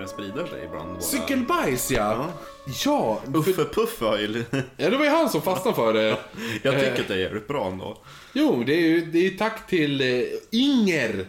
sprider sig ibland bara. Cykelbajs, ja. Ja, Uffe Puff har ju... ja, det var ju han som fastnade för det. Jag tycker att det är jävligt bra ändå. Jo, det är ju tack till Inger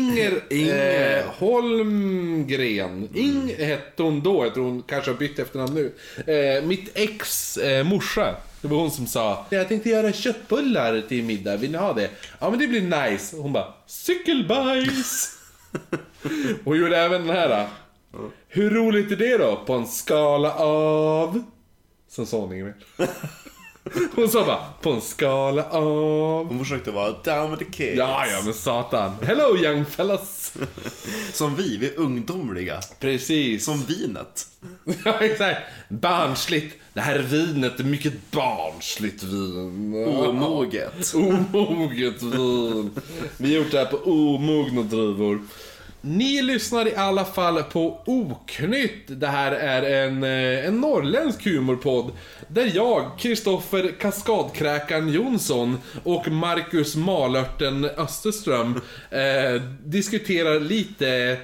Holmgren. Hette hon då, jag tror hon kanske har bytt efternamn nu. Mitt ex morsa, det var hon som sa: jag tänkte göra köttbullar till middag, vill ni ha det? Ja, men det blir nice. Hon bara: cykelbajs. Hon gjorde även den här. Hur roligt är det då? På en skala av... Sen sa hon inget mer. Hon sa bara: på en skala av... Hon försökte vara down with the kids. Ja, men satan. Hello young fellas. Som vi är ungdomliga. Precis. Som vinet. Ja, exakt. Barnsligt. Det här vinet är mycket barnsligt vin. Omoget. Omoget vin. Vi har gjort det här på omogna druvor. Ni lyssnar i alla fall på Oknytt. Det här är en norrländsk humorpodd där jag, Kristoffer Kaskadkräkan Jonsson och Marcus Malörten Österström diskuterar lite...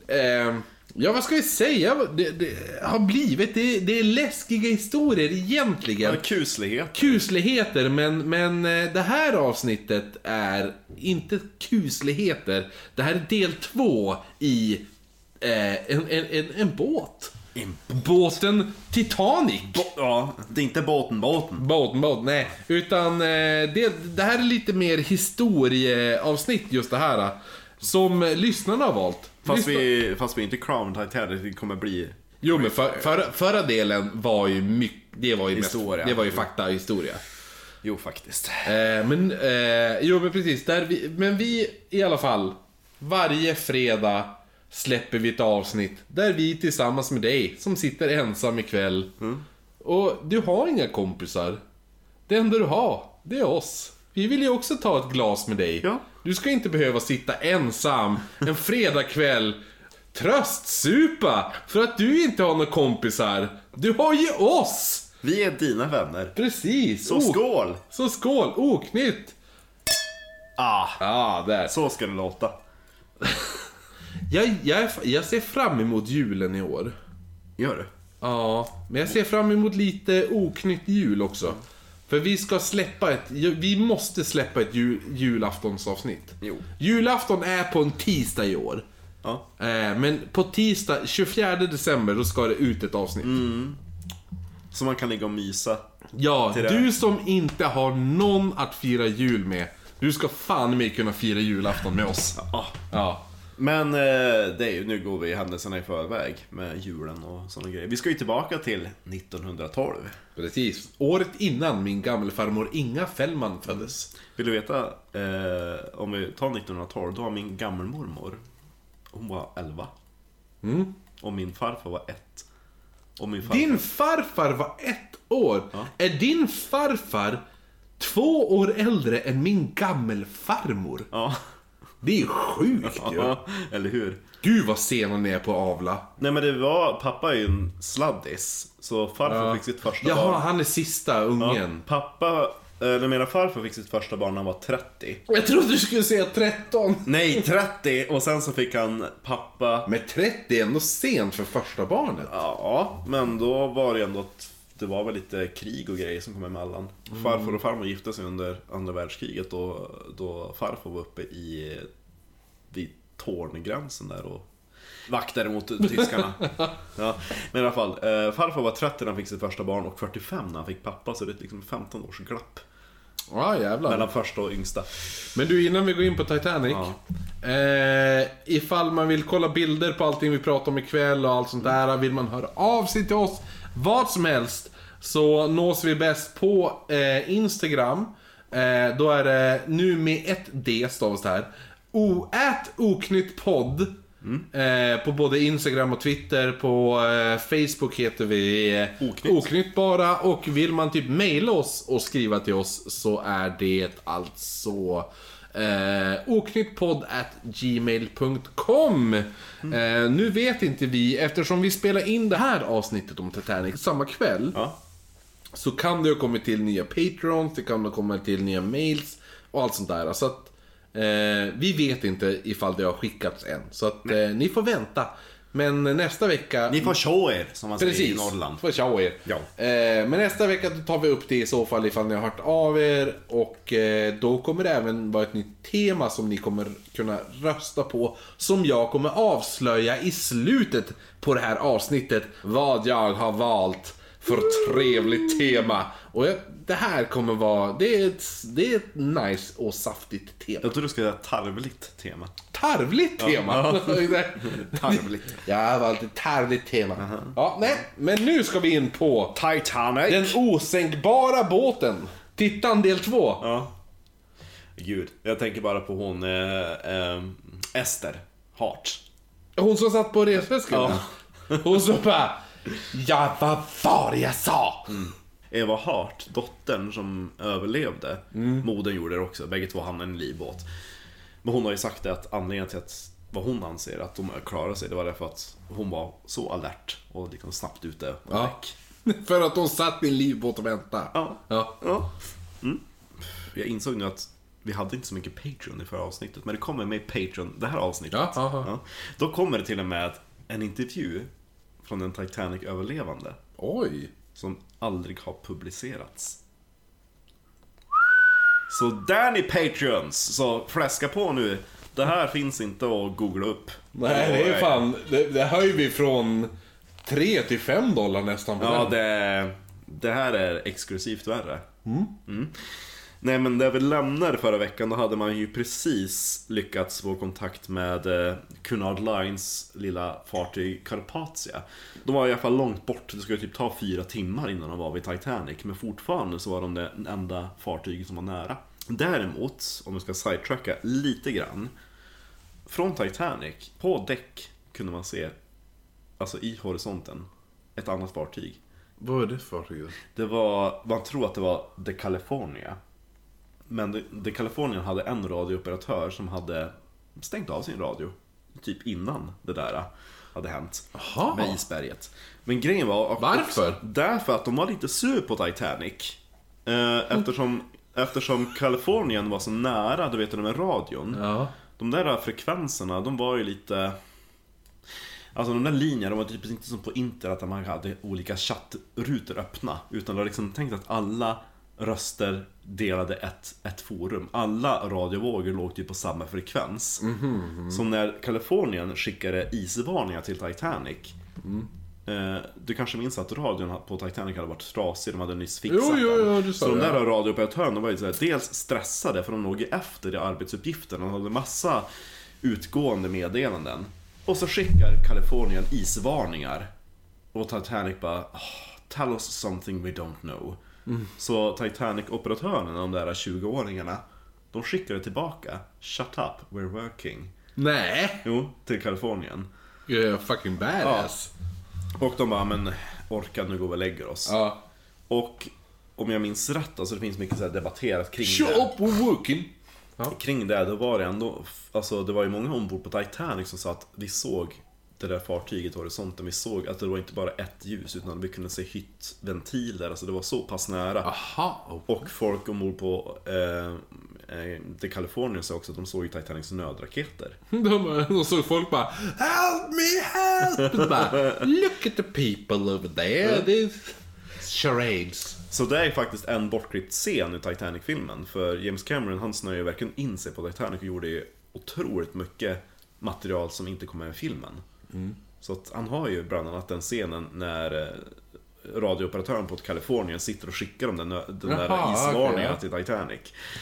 ja, vad ska vi säga? Det har blivit... Det är läskiga historier egentligen. Ja, Kusligheter, men det här avsnittet är inte kusligheter. Det här är del 2 i en båt. Båten Titanic. Ja, det är inte båten. Båten, nej. Utan det här är lite mer historieavsnitt, just det här. Som lyssnarna har valt. Fast vi inte Crown Titanic, det kommer bli... Jo, men förra delen var ju mycket... Det var ju historia. Det var ju fakta och historia. Jo, faktiskt. Men precis. Men vi i alla fall, varje fredag släpper vi ett avsnitt där vi tillsammans med dig som sitter ensam ikväll. Och du har inga kompisar. Det enda du har, det är oss. Vi vill ju också ta ett glas med dig. Ja. Du ska inte behöva sitta ensam en fredagkväll, tröstsupa för att du inte har några kompisar. Du har ju oss. Vi är dina vänner. Precis. Så skål. Så skål. Oknytt. Där. Så ska det låta. Jag ser fram emot julen i år. Gör du? Ja, men jag ser fram emot lite oknytt jul också. För vi måste släppa ett julaftonsavsnitt. Jo. Julafton är på en tisdag i år. Ja. Men på tisdag 24 december då ska det ut ett avsnitt. Så man kan ligga och mysa. Ja, du som inte har någon att fira jul med, du ska fan med kunna fira julafton med oss. Ja. Men nu går vi händelserna i förväg med julen och sådana grejer. Vi ska ju tillbaka till 1912. Precis, året innan min gammelfarmor Inga Fällman föddes. Vill du veta, om vi tar 1912, då var min gammelmormor, hon var 11. Och min farfar var 1. Och min farfar... Din farfar var 1 år. Ja. Är din farfar 2 år äldre än min gammelfarmor? Ja. Det är sjukt ju. Ja, eller hur? Gud vad sen hon är på avla. Nej, men pappa är ju en sladdis. Så farfar fick sitt första barn. Jaha, han är sista ungen. Farfar fick sitt första barn när han var 30. Jag trodde du skulle säga 13. Nej, 30. Och sen så fick han pappa... Men 30 är ändå sent för första barnet. Ja, men då var det ändå... Det var väl lite krig och grejer som kom emellan. Farfar och farmor gifte sig under andra världskriget. Då farfar var uppe vid Torngränsen där och vaktade mot tyskarna. Ja, men i alla fall, farfar var 30 när han fick sitt första barn och 45 när han fick pappa. Så det är liksom 15 års glapp. Ja, jävlar. Mellan första och yngsta. Men du, innan vi går in på Titanic, ifall man vill kolla bilder på allting vi pratar om ikväll och allt sånt där, vill man höra av sig till oss, vad som helst, så nås vi bäst på Instagram. Då är det nu med ett D stavas det här. @oknyttpodd. På både Instagram och Twitter. På Facebook heter vi Oknytt bara. Och vill man typ mejla oss och skriva till oss, så är det alltså oknyttpodd@gmail.com. Nu vet inte vi, eftersom vi spelar in det här avsnittet om Titanic samma kväll, så kan det ha kommit till nya Patreons, det kan ha kommit till nya mails och allt sånt där. Så att vi vet inte ifall det har skickats än. Så att ni får vänta. Men nästa vecka... Ni får show er, som man säger i Precis, Norrland. får show er. Ja. Men nästa vecka då tar vi upp det i så fall ifall ni har hört av er. Och då kommer det även vara ett nytt tema som ni kommer kunna rösta på. Som jag kommer avslöja i slutet på det här avsnittet. Vad jag har valt för trevligt tema. Och det här kommer vara... Det är ett nice och saftigt tema. Jag tror du ska säga tarvligt tema. Tarvligt tema. Tarvligt. Jag har valt ett tarvligt tema. Ja, nej, men nu ska vi in på Titanic. den osänkbara båten. Tittan del 2. Ja. Gud, jag tänker bara på hon Esther Hart. Hon som satt på resväskan. Ja. Hon som bara... Jag var jag sa. Eva Hart, dottern som överlevde. Modern gjorde det också, bägge två hamnade i en livbåt. Men hon har ju sagt det att anledningen till att vad hon anser att de klarar sig, det var därför att hon var så alert och liksom snabbt ute på däck. För att hon satt i en livbåt och väntade. Ja. Jag insåg nu att vi hade inte så mycket Patreon i förra avsnittet, men det kommer med i Patreon det här avsnittet. Ja. Då kommer det till och med en intervju från en Titanic-överlevande Oj. som aldrig har publicerats. Så där ni Patreons, så fläska på nu. Det här finns inte att googla upp. Nej, det är fan... Det höjer vi från $3 till $5 nästan på Ja, den. det här är exklusivt värre. Nej, men det vi lämnade förra veckan, då hade man ju precis lyckats få kontakt med Cunard Lines lilla fartyg Carpathia. De var i alla fall långt bort, det skulle typ ta 4 timmar innan de var vid Titanic. Men fortfarande så var de det enda fartyget som var nära. Däremot, om vi ska sidetracka lite grann, från Titanic, på däck kunde man se, alltså i horisonten, ett annat fartyg. Vad är det för fartyg? Det var, man tror att det var The California. Men The California hade en radiooperatör som hade stängt av sin radio typ innan det där hade hänt. Aha. Med isberget. Men grejen var... Varför? Därför att de var lite sur på Titanic. Eftersom Kalifornien var så nära, du vet, med radion. Ja. De där frekvenserna, de var ju lite... Alltså de där linjerna, de var typ inte som på internet där man hade olika chattrutor öppna. Utan det var liksom tänkt att alla röster delade ett forum. Alla radiovågor låg typ på samma frekvens. Så när Kalifornien skickade isvarningar till Titanic, du kanske minns att radion på Titanic hade varit trasig, de hade nyss fixat den. Så de där radiooperatörerna var ju så här, dels stressade för de låg ju efter i arbetsuppgifterna. De hade massa utgående meddelanden. Och så skickar Kalifornien isvarningar. Och Titanic bara, tell us something we don't know. Så Titanic-operatörerna, de där 20-åringarna, de skickade tillbaka, shut up, we're working. Nej. Jo, till Kalifornien. You're fucking badass. Och de bara, men orka, nu går vi och lägger oss. Ja. Och om jag minns rätt, alltså det finns mycket så här debatterat kring Shut det. up, we're working. Ja. Kring det, då var det ändå, alltså det var ju många ombord på Titanic som sa att vi såg det där fartyget i horisonten, vi såg att det var inte bara ett ljus utan vi kunde se hyttventiler, alltså det var så pass nära. Aha. Och folk ombord på The California sa också att de såg ju Titanics nödraketer. De såg folk bara, help me, help! Bara, look at the people over there, these charades. Så det är faktiskt en bortklippt scen i Titanic-filmen. För James Cameron, han snöade ju verkligen in sig på Titanic och gjorde ju otroligt mycket material som inte kom med i filmen. Så att han har ju bland annat den scenen när radiooperatören på Kalifornien sitter och skickar den där isvarningen till Titanic.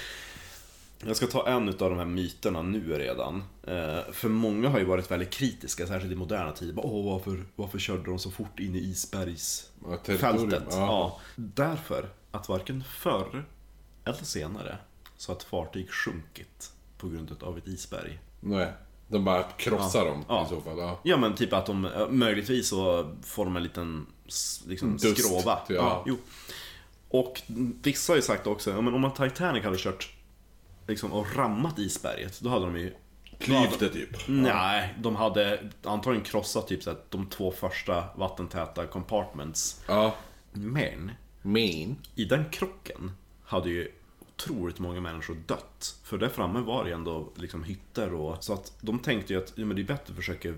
Jag ska ta en av de här myterna nu redan. För många har ju varit väldigt kritiska, särskilt i moderna tid. Varför körde de så fort in i isbergsfältet? Ja. Därför att varken förr eller senare så att fartyg sjunkit på grund av ett isberg. Nej, de bara krossar dem i så fall. Ja, men typ att de möjligtvis så får de en liten liksom, skrova. Jo. Och vissa har ju sagt också, men om Titanic hade kört liksom, och rammat isberget, då hade de ju klyvt det typ. Nej, de hade antagligen krossat typ så att de 2 första vattentäta compartments. Ja. Men i den krocken hade ju otroligt många människor dött. För där framme var det ändå liksom hytter och så att de tänkte ju att men det är bättre att försöka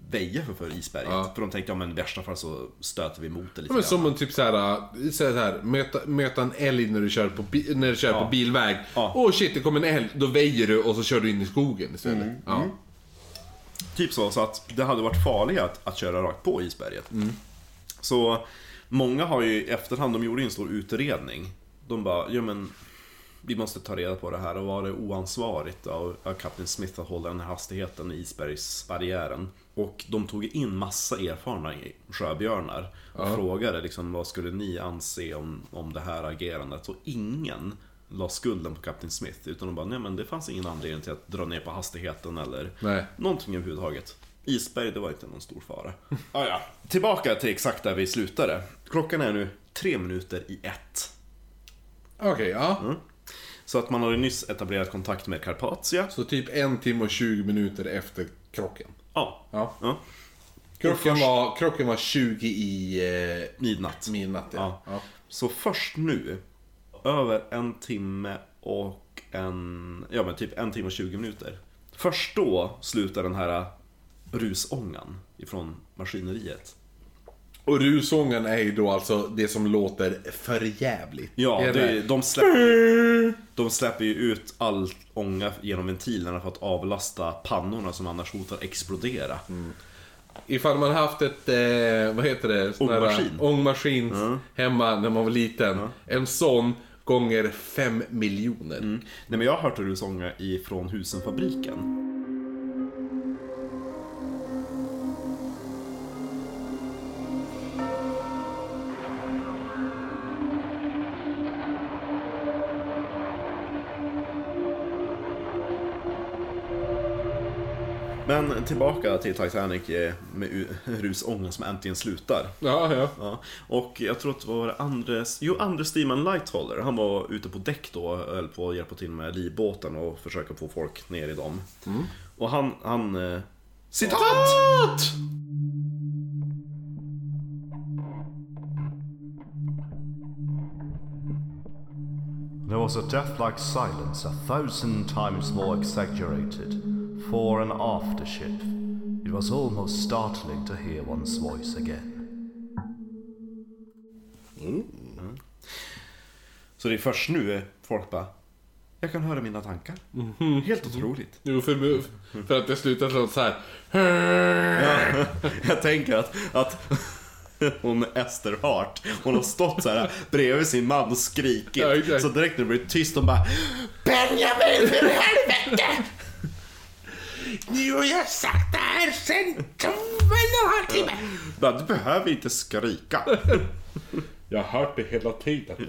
väja för isberget. Ja. För de tänkte, men i värsta fall så stöter vi emot det lite Men grann. som en typ så här möta en älg när du kör på bilväg. Ja. Åh shit, det kommer en älg. Då väjer du och så kör du in i skogen istället. Ja. Typ så att det hade varit farligt att köra rakt på isberget. Så många har ju i efterhand, de gjorde en stor utredning. De bara, ja men vi måste ta reda på det här. Och var det oansvarigt av Kapten Smith att hålla den här hastigheten i isbergsbarriären. Och de tog in massa erfarna sjöbjörnar och frågade liksom, vad skulle ni anse om det här agerandet. Och ingen la skulden på Kapten Smith, utan de bara, nej men det fanns ingen anledning till att dra ner på hastigheten eller någonting överhuvudtaget. Isberg, det var inte någon stor fara. Ja. Tillbaka till exakt där vi slutade. Klockan är nu 1:03. Okej, ja. Så att man har nyss etablerat kontakt med Carpathia. Så typ 1 timme och 20 minuter efter krocken. Ja. Krocken var 20 i Midnatt. Ja. Så först nu, över 1 timme och typ 1 timme och 20 minuter. Först då slutar den här rusångan ifrån maskineriet. Och rusången är ju då alltså det som låter för jävligt. Ja, de släpper ju ut all ånga genom ventilerna för att avlasta pannorna som annars hotar att explodera. Ifall man haft ett, vad heter det? Ångmaskin hemma när man var liten. En sån gånger 5 miljoner. Nej, men jag har hört rusånga ifrån Husenfabriken. Men tillbaka till Titanic med rusången som äntligen slutar. Ja. Och jag tror att det var Andres Steeman Lightoller. Han var ute på däck då, höll på att hjälpa till med livbåten och försöka få folk ner i dem. Och han citat! There was a death-like silence 1,000 times more exaggerated. For an aftership, it was almost startling to hear one's voice again. Så det är först nu folk bara, jag kan höra mina tankar. Helt otroligt. Jo, för att det slutar så här. Ja, jag tänker att hon Esther Hart, hon har stått så här bredvid sin man och skrikit. Ja, så direkt när det blir tyst, de bara, Benjamin, för helvete! Nu har jag sagt det här sen 2,5 timme. Du behöver inte skrika. Jag har hört det hela tiden.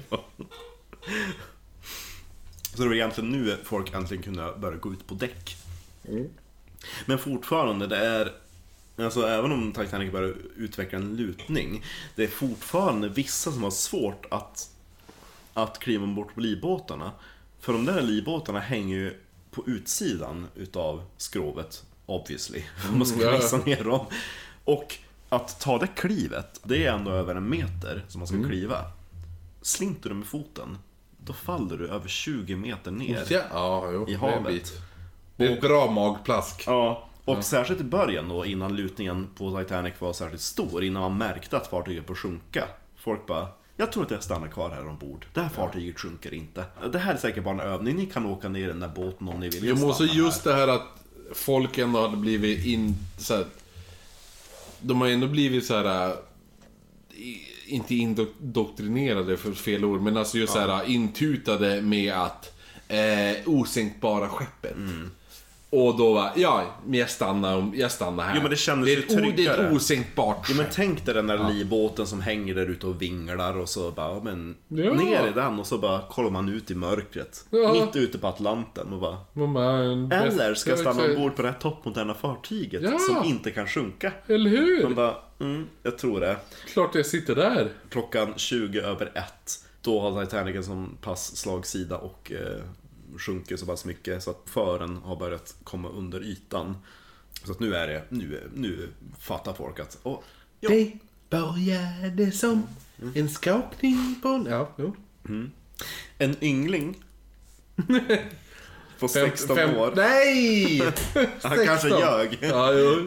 Så det var egentligen nu folk äntligen kunde börja gå ut på däck. Men fortfarande, det är, alltså även om Titanic börjar utveckla en lutning, det är fortfarande vissa som har svårt att kliva bort på livbåtarna. För de där livbåtarna hänger ju på utsidan utav skrovet, obviously. Man ska visa ner dem. Och att ta det klivet, det är ändå över 1 meter som man ska kliva. Slinter du med foten, då faller du över 20 meter ner i havet. Det är ett bra magplask. Ja, och särskilt i början då, innan lutningen på Titanic var särskilt stor, innan man märkte att fartyget på sjunka. Folk bara, jag tror att jag stannar kvar här ombord. Det här fartyget sjunker inte. Det här är säkert bara en övning. Ni kan åka ner i den där båten om ni vill. Jag måste just det här att folk ändå hade blivit så här, de har ändå blivit så här, inte indoktrinerade för fel ord, men alltså just så här intutade med att osänkbara skeppet. Och då var men jag stannar här. Jo, men det kändes ju tryggare. Det är ett osänkbart. Jo, men tänk dig den där livbåten som hänger där ute och vinglar och så bara, ner i den och så bara kollar man ut i mörkret. Mitt ute på Atlanten och bara, eller ska jag stanna ombord på det här toppmoderna fartyget som inte kan sjunka. Eller hur? Man bara, jag tror det. Klart jag sitter där. Klockan 20:01. Då har Titanic en som slagsida och sjunker så pass mycket så att fören har börjat komma under ytan. Så att nu är det, nu fattar folk att det började som en skakning på en... En yngling På 16 år. Nej! Han kanske ljög. Ja, jo.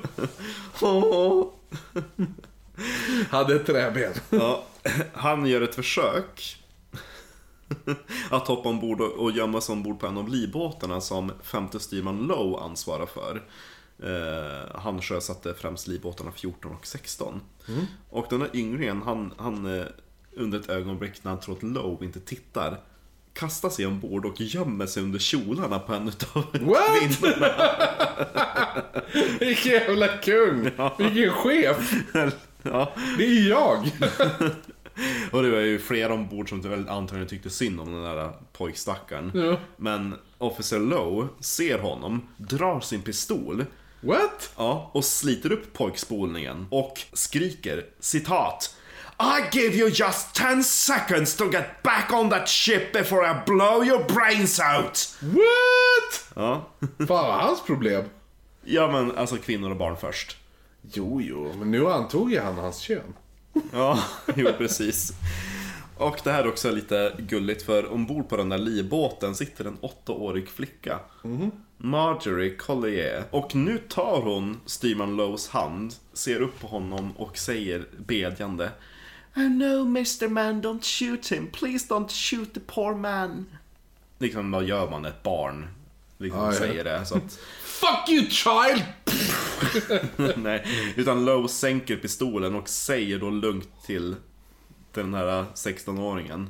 Hade ett träben. Ja, han gör ett försök att hoppa ombord och gömma sig ombord på en av livbåtarna som femte styrman Lowe ansvarar för. Han sjösatte främst livbåtarna 14 och 16. Och den här ynglingen, han under ett ögonblick när han tror att Lowe inte tittar, kastar sig ombord och gömmer sig under kjolarna på en utav kvinnorna. Vilken jävla kung. Ja. Vilken chef. Ja. Det är jag. Och det var ju flera ombord som väl antagligen tyckte synd om den där pojkstackaren. Ja. Men Officer Lowe ser honom, drar sin pistol. What? Ja, och sliter upp pojkspolningen och skriker, citat: I give you just 10 seconds to get back on that ship before I blow your brains out. What? Ja. Fan, vad hans problem? Ja, men alltså kvinnor och barn först. Jo, men nu antog jag hans kön. Ja, jo precis. Och det här är också lite gulligt, för ombord på den där livbåten sitter en 8-årig flicka, Marjorie Collier. Och nu tar hon styrman Lowes hand, ser upp på honom och säger bedjande: Oh no, Mr. Man, don't shoot him. Please don't shoot the poor man. Liksom, vad gör man ett barn? Liksom säger det, så att... Fuck you, child! Nej, utan Lowe sänker pistolen och säger då lugnt till den här 16-åringen: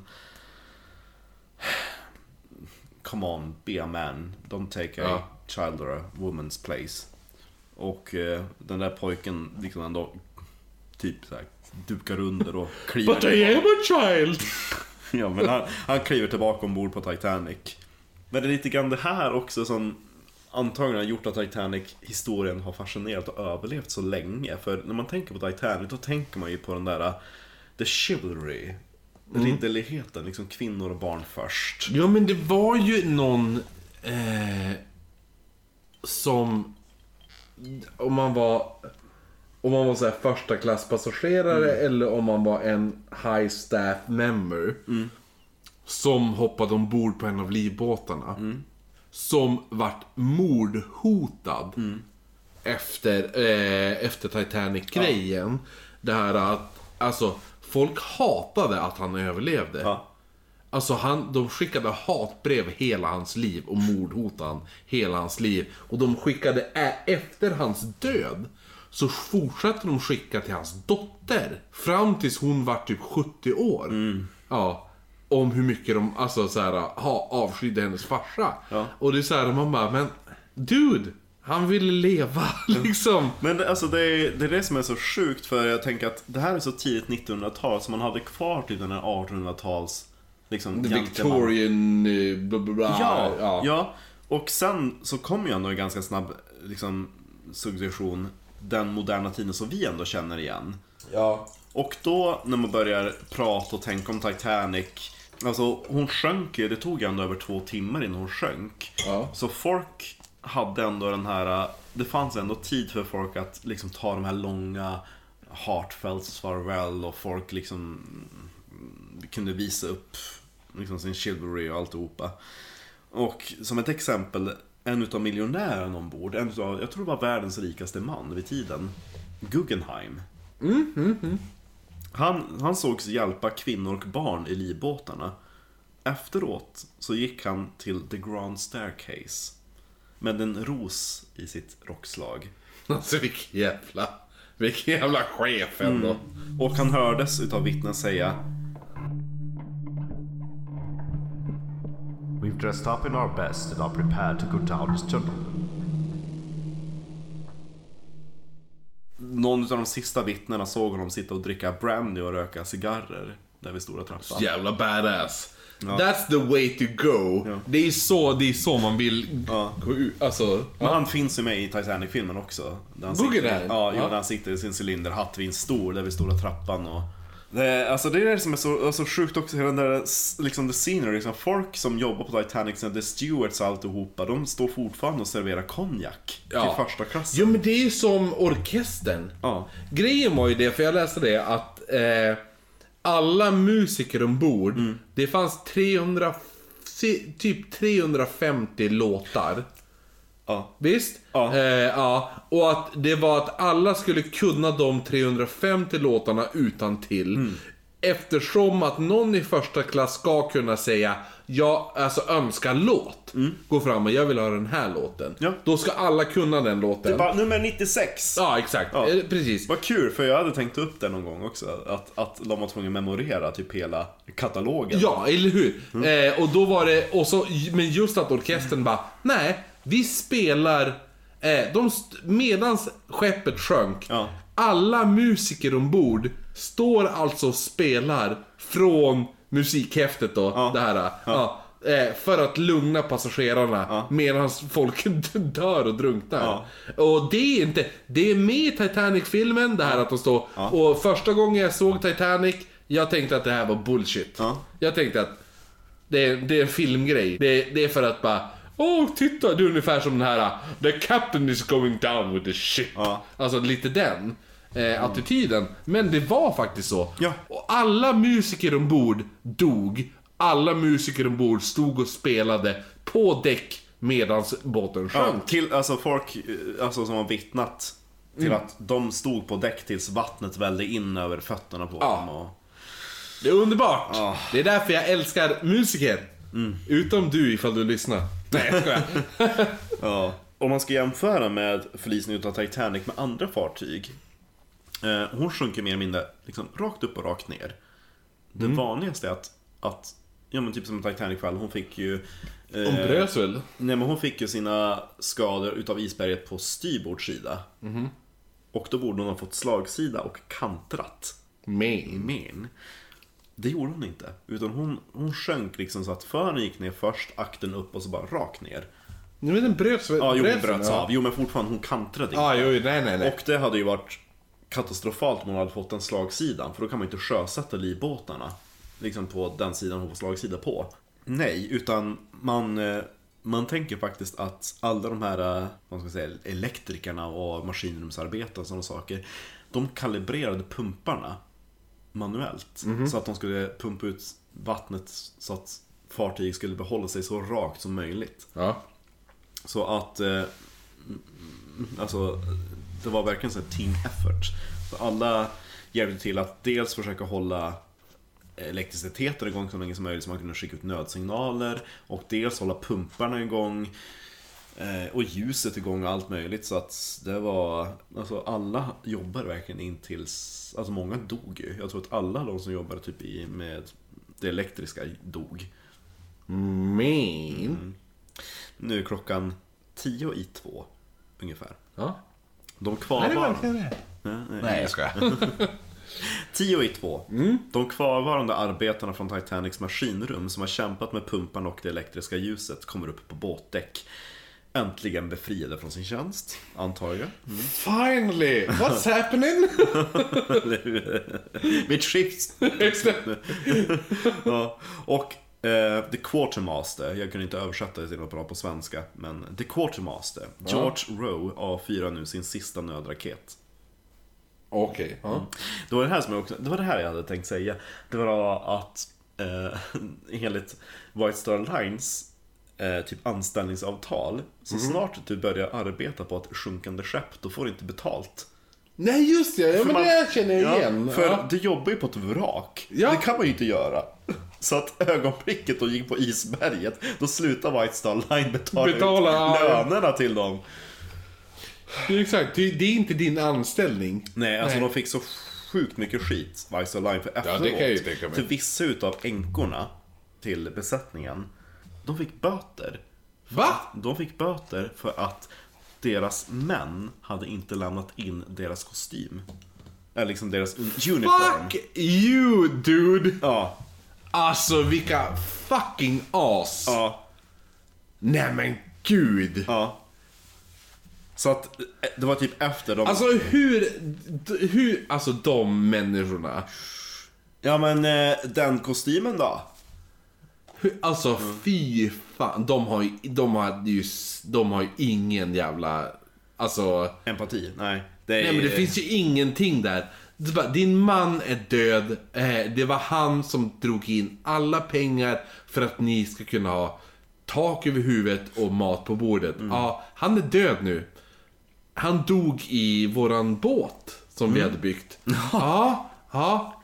Come on, be a man. Don't take a child or a woman's place. Och den där pojken liksom ändå typ så här dukar under och kliver. But I am a child! Ja, men han kliver tillbaka ombord på Titanic. Men det är lite grann det här också som antagligen har gjort att Titanic-historien har fascinerat och överlevt så länge. För när man tänker på Titanic, då tänker man ju på den där the chivalry, ridderligheten, liksom kvinnor och barn först. Ja, men det var ju någon som om man var så här första klasspassagerare eller om man var en high staff member som hoppade ombord på en av livbåtarna, som vart mordhotad efter Titanic-grejen. Det här att alltså folk hatade att han överlevde. Ja. Alltså de skickade hatbrev hela hans liv och mordhotade han hela hans liv. Och de skickade efter hans död, så fortsatte de skicka till hans dotter fram tills hon var typ 70 år. Ja, om hur mycket de alltså så här avskydde hennes farsa. Ja. Och det är så här, man bara, men dude, han ville leva liksom. Men alltså det är det som är så sjukt, för jag tänker att det här är så tidigt 1900-tal, så man hade kvar till den här 1800-tals liksom Victorian bla bla bla. Ja. Och sen så kom ju ändå en ganska snabb liksom succession, den moderna tiden som vi ändå känner igen. Ja. Och då när man börjar prata och tänka om Titanic, alltså hon sjönk ju, det tog ändå över 2 timmar innan hon sjönk. Ja. Så folk hade ändå den här, det fanns ändå tid för folk att liksom ta de här långa heartfelt farväl, och folk liksom kunde visa upp liksom sin chivalry och alltihopa. Och som ett exempel, en utav miljonären ombord, jag tror det var världens rikaste man vid tiden, Guggenheim. Han sågs hjälpa kvinnor och barn i livbåtarna. Efteråt så gick han till The Grand Staircase med en ros i sitt rockslag. Alltså vilken jävla chef ändå. Och han hördes utav vittnen säga: We've dressed up in our best and are prepared to go down as gentlemen. Någon av de sista vittnena såg honom sitta och dricka brandy och röka cigarrer där vid stora trappan. Jävla badass. Ja. That's the way to go. Ja. Det är så man vill gå ut. Alltså, Men han finns ju med i Titanic-filmen också. Guggenheim? Där han sitter i sin cylinderhatt vid en stol där vid stora trappan. Och det är det som är så sjukt också. Hela den där, liksom the scenery, liksom, folk som jobbar på Titanic, the stewards och alltihopa, de står fortfarande och serverar konjak till första klassen. Jo, men det är ju som orkestern. Ja. Grejen var ju det, för jag läste det, att alla musiker ombord, det fanns 300 typ 350 låtar. Ja. Visst? Ja. Ja. Och att det var att alla skulle kunna de 350 låtarna utan till. Eftersom att någon i första klass ska kunna säga önska låt. Gå fram och jag vill ha den här låten. Ja. Då ska alla kunna den låten. Det var nummer 96. Ja, exakt. Ja. Precis. Vad kul, för jag hade tänkt upp det någon gång också. Att de var tvungna att memorera typ hela katalogen. Ja, eller hur? Och då var det... Men just att orkestern bara... Nej, vi spelar... medans skeppet sjönk... Ja. Alla musiker ombord står alltså och spelar från musikhäftet då. Ja. Det här. Ja. För att lugna passagerarna medan folk dör och drunknar. Ja. Och det är inte... Det är med i Titanic-filmen, det här att de står... Och första gången jag såg Titanic, jag tänkte att det här var bullshit. Ja. Jag tänkte att det är en filmgrej. Det är för att bara... titta, det är ungefär som den här The captain is going down with the ship. Ja. Alltså lite den attityden. Men det var faktiskt så. Ja. Och alla musiker ombord dog. Alla musiker ombord stod och spelade på däck medans båten sjönk. Till, alltså folk som har vittnat till att de stod på däck tills vattnet vällde in över fötterna på dem. Och... Det är underbart. Det är därför jag älskar musiker. Utom du ifall du lyssnar. Nej, jag skojar. Ja. Om man ska jämföra med förlisningen av Titanic med andra fartyg, hon sjunker mer eller mindre liksom rakt upp och rakt ner. Det vanligaste är att ja, men typ som Titanic-fall, hon fick ju Hon brös väl? Nej, men hon fick ju sina skador utav isberget på styrbordssida. Och då borde hon ha fått slagsida och kantrat. Men det gjorde hon inte. Utan hon sjönk liksom så att fören gick ner först, akten upp och så bara rakt ner. Nej, men den bröts väl? Ja, den bröts av. Jo, men fortfarande hon kantrade inte. Nej. Och det hade ju varit katastrofalt om hon hade fått den slagsidan. För då kan man inte sjösätta livbåtarna liksom på den sidan hon får slagsida på. Nej, utan man tänker faktiskt att alla de här vad ska jag säga, elektrikerna och maskinrumsarbetare och sådana saker, de kalibrerade pumparna manuellt. Så att de skulle pumpa ut vattnet så att fartyget skulle behålla sig så rakt som möjligt. Ja. Så att alltså, det var verkligen en team effort. Så alla hjälpte till att dels försöka hålla elektriciteten igång så länge som möjligt så man kunde skicka ut nödsignaler, och dels hålla pumparna igång och ljuset igång och allt möjligt. Så att det var, alltså alla jobbade verkligen in tills, alltså många dog ju. Jag tror att alla de som jobbade typ med det elektriska dog. Men Nu är klockan 10:02 ungefär. ja. De kvarvarande... Nej, jag ska. 10:02. De kvarvarande arbetarna från Titanics maskinrum som har kämpat med pumparna och det elektriska ljuset kommer upp på båtdäck. Äntligen befriade från sin tjänst, antar jag. Finally! What's happening? Mitt skift. Ja. Och The Quartermaster, jag kunde inte översätta det till något bra på svenska, men The Quartermaster, George Rowe, avfyrar nu sin sista nödraket. Okej. Det var det här jag hade tänkt säga. Det var att enligt White Star Lines typ anställningsavtal, så snart du börjar arbeta på ett sjunkande skepp, då får du inte betalt. Nej, just det. Ja, men det känner jag igen. För du jobbar ju på ett vrak. Ja. Det kan man ju inte göra. Så att ögonblicket då gick på isberget, då slutar White Star Line betala ut lönerna till dem. Det är exakt, det är inte din anställning. Nej, alltså de fick så sjukt mycket skit, White Star Line, för efteråt. Ja, det kan jag ju tänka mig. Till vissa utav änkorna till besättningen, de fick böter. Va? De fick böter för att deras män hade inte lämnat in deras kostym. Eller liksom deras uniform. Fuck you, dude! Ja. Alltså, vilka fucking as. Ja. Nej men gud. Ja. Så att det var typ efter de... Alltså hur alltså de människorna. Ja, men den kostymen då? Alltså fy fan, de har ju ingen jävla, alltså empati, nej. nej, men det finns ju ingenting där. Din man är död. Det var han som drog in alla pengar för att ni ska kunna ha tak över huvudet och mat på bordet. Ja, han är död nu. Han dog i våran båt som vi hade byggt. Ja.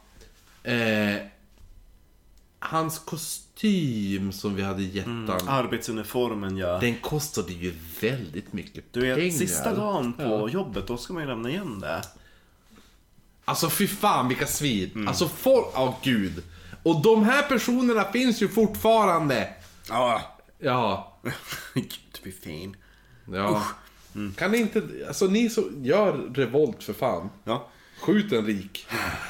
Hans kostym som vi hade gett han. Arbetsuniformen, ja. Den kostade ju väldigt mycket Du vet, pengar. sista dagen på jobbet, då ska man ju lämna igen det. Alltså fy fan vilka svin. Alltså folk, gud. Och de här personerna finns ju fortfarande. Ja. Gud, det blir fin. Ja. Kan ni inte, alltså ni så gör revolt för fan. Ja. Skjut en rik.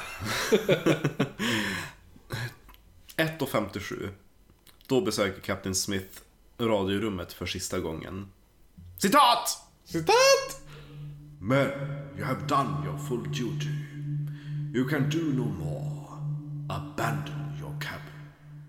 1:57. Då besöker Captain Smith radiorummet för sista gången. Citat! Men, you have done your full duty. You can do no more. Abandon your cabin.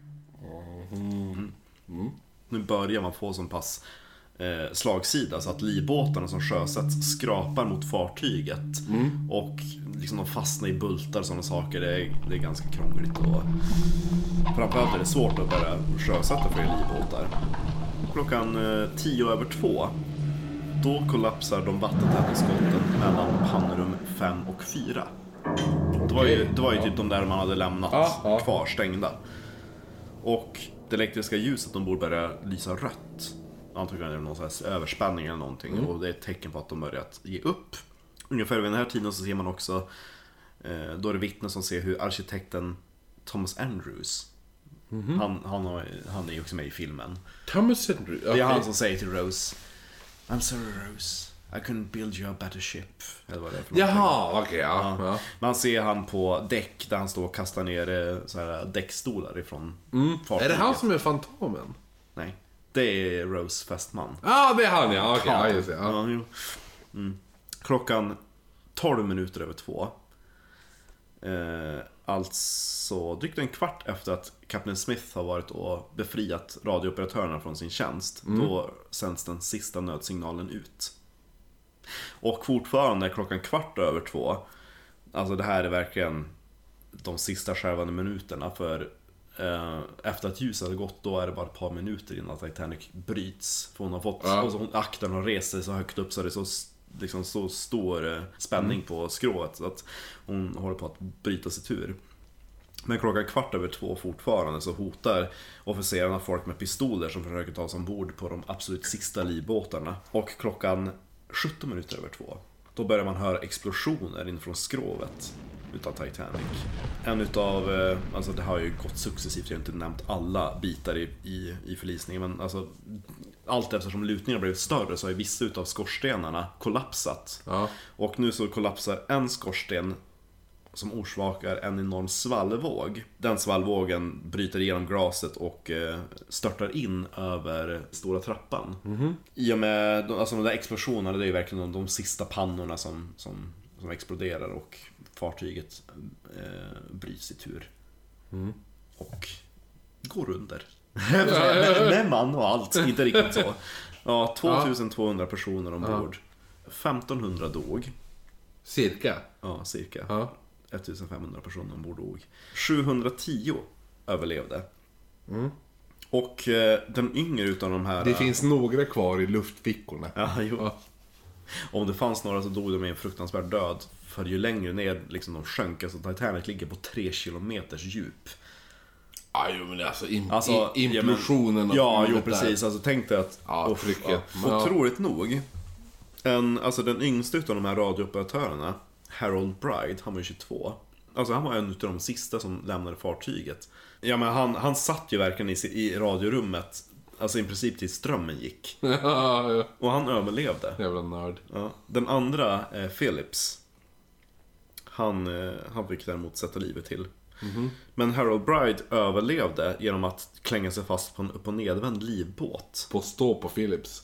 Nu börjar man få så pass slagsida så att livbåtarna som sjösätts skrapar mot fartyget och liksom de fastnar i bultar och sådana saker. Det är ganska krångligt och framförallt är det svårt att börja sjösätta för livbåtar. Klockan 2:10 då kollapsar de vattentäta skotten mellan pannrum 5 och 4. Det var ju typ de där man hade lämnat kvar stängda. Och det elektriska ljuset ombord börjar lysa rött. Antagligen är det någon slags överspänning eller någonting. Och det är ett tecken på att de börjat ge upp. Ungefär vid den här tiden så ser man också då är det vittnen som ser hur arkitekten Thomas Andrews han är ju också med i filmen. Thomas Andrews? Det är han som säger till Rose, I'm sorry Rose, I couldn't build you a better ship. Eller vad det är för Jaha, okej, ja. Man ser han på däck där han står och kastar ner så här däckstolar ifrån fartyget. Är det han som är Fantomen? Nej, det är Rose Fästman. Ja, det är han, ja. Okej, ja, just det. Ja. Klockan 2:12. Alltså drygt en kvart efter att Captain Smith har varit och befriat radiooperatörerna från sin tjänst. Då sänds den sista nödsignalen ut. Och fortfarande klockan 2:15. Alltså det här är verkligen de sista skälvande minuterna. För efter att ljuset hade gått, då är det bara ett par minuter innan Titanic bryts. För hon har fått, akten har rest sig så högt upp så det är så, liksom, så stor spänning på skrovet så att hon håller på att bryta sig tur. Men klockan 2:15 fortfarande så hotar officerarna folk med pistoler som försöker ta sig ombord på de absolut sista livbåtarna. Och klockan 2:17 då börjar man höra explosioner inifrån skrovet utav Titanic. En utav, alltså det har ju gått successivt, jag har inte nämnt alla bitar i förlisningen, men alltså allt eftersom lutningarna blivit större så har ju vissa utav skorstenarna kollapsat. Ja. Och nu så kollapsar en skorsten som orsakar en enorm svallvåg. Den svallvågen bryter igenom glaset och störtar in över stora trappan. I och med alltså de där explosionerna, det är ju verkligen de sista pannorna som exploderar och fartyget bryts i tur. Och går under. Med man och allt, inte riktigt så. Ja, 2200 personer ombord. 1500 dog. Cirka? Ja, cirka. Ja. 1500 personer ombord dog. 710 överlevde. Och den yngre utav de här... Det finns några kvar i luftfickorna. Ja, jo. Ja. Om det fanns några så dog de med en fruktansvärd död. För ju längre ner liksom de sjönk, alltså Titanic ligger på 3 kilometers djup. Jo, men alltså implosionen. Ja, jo precis. Alltså tänk dig att trycket. Otroligt nog alltså den yngsta utav de här radiooperatörerna, Harold Bride, han var ju 22. Alltså han var en utav de sista som lämnade fartyget. Ja, men han satt ju verkligen i radiorummet, alltså i princip till strömmen gick. Ja. Och han överlevde. Jävla nörd. Ja. Den andra, Phillips, han fick däremot sätta livet till. Men Harold Bride överlevde genom att klänga sig fast på en upp- och nedvänd livbåt. Stå på Phillips.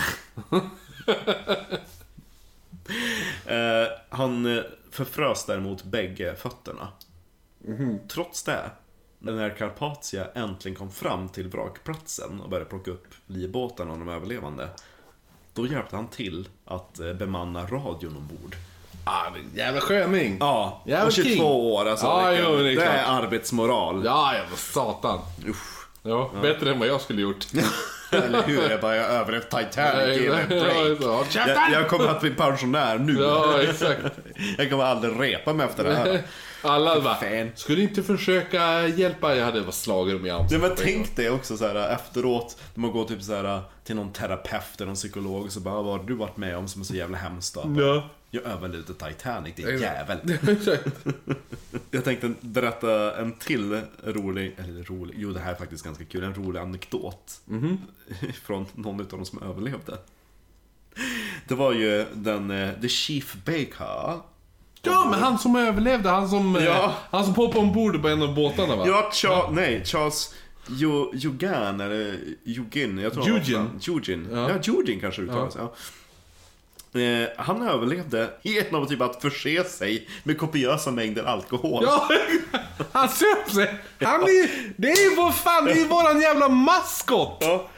Han förfrös däremot bägge fötterna. Trots det, när Carpathia äntligen kom fram till vrakplatsen och började plocka upp livbåtarna och de överlevande, då hjälpte han till att bemanna radion ombord. Jävla sköning. Ja, Jävla och 22 king. år alltså. Ja, det, jo, det är det klart. är arbetsmoral. Ja, jävla satan. Usch. Ja, bättre än vad jag skulle gjort. Eller hur? Jag bara överlevt Titanic. Give a break. Jag kommer att bli pensionär nu. Ja, exakt. Jag kommer aldrig repa mig efter det här. Alla bara, Fan. skulle inte försöka hjälpa? Jag hade slagit dem i ansiktet. Ja, men tänk det också så här efteråt när man går typ så här till någon terapeut eller någon psykolog och så bara, vad har du varit med om som är så jävla hemskt då? Ja. Jag överlevde Titanic, det är jävel. Exakt. Jag tänkte berätta en till rolig, jo det här är faktiskt ganska kul, en rolig anekdot från någon av dem som överlevde. Det var ju The Chief Baker. Ja, men han som överlevde, han som poppade ombord på en av båtarna, va? Ja, Charles Eugene eller Eugene, jag tror Eugene. Ja, Eugene kanske uttalas, ja. Han överlevde genom typ att förse sig med kopiösa mängder alkohol. Ja, han söp sig. Det är vad fan, det är våran jävla maskot. Ja.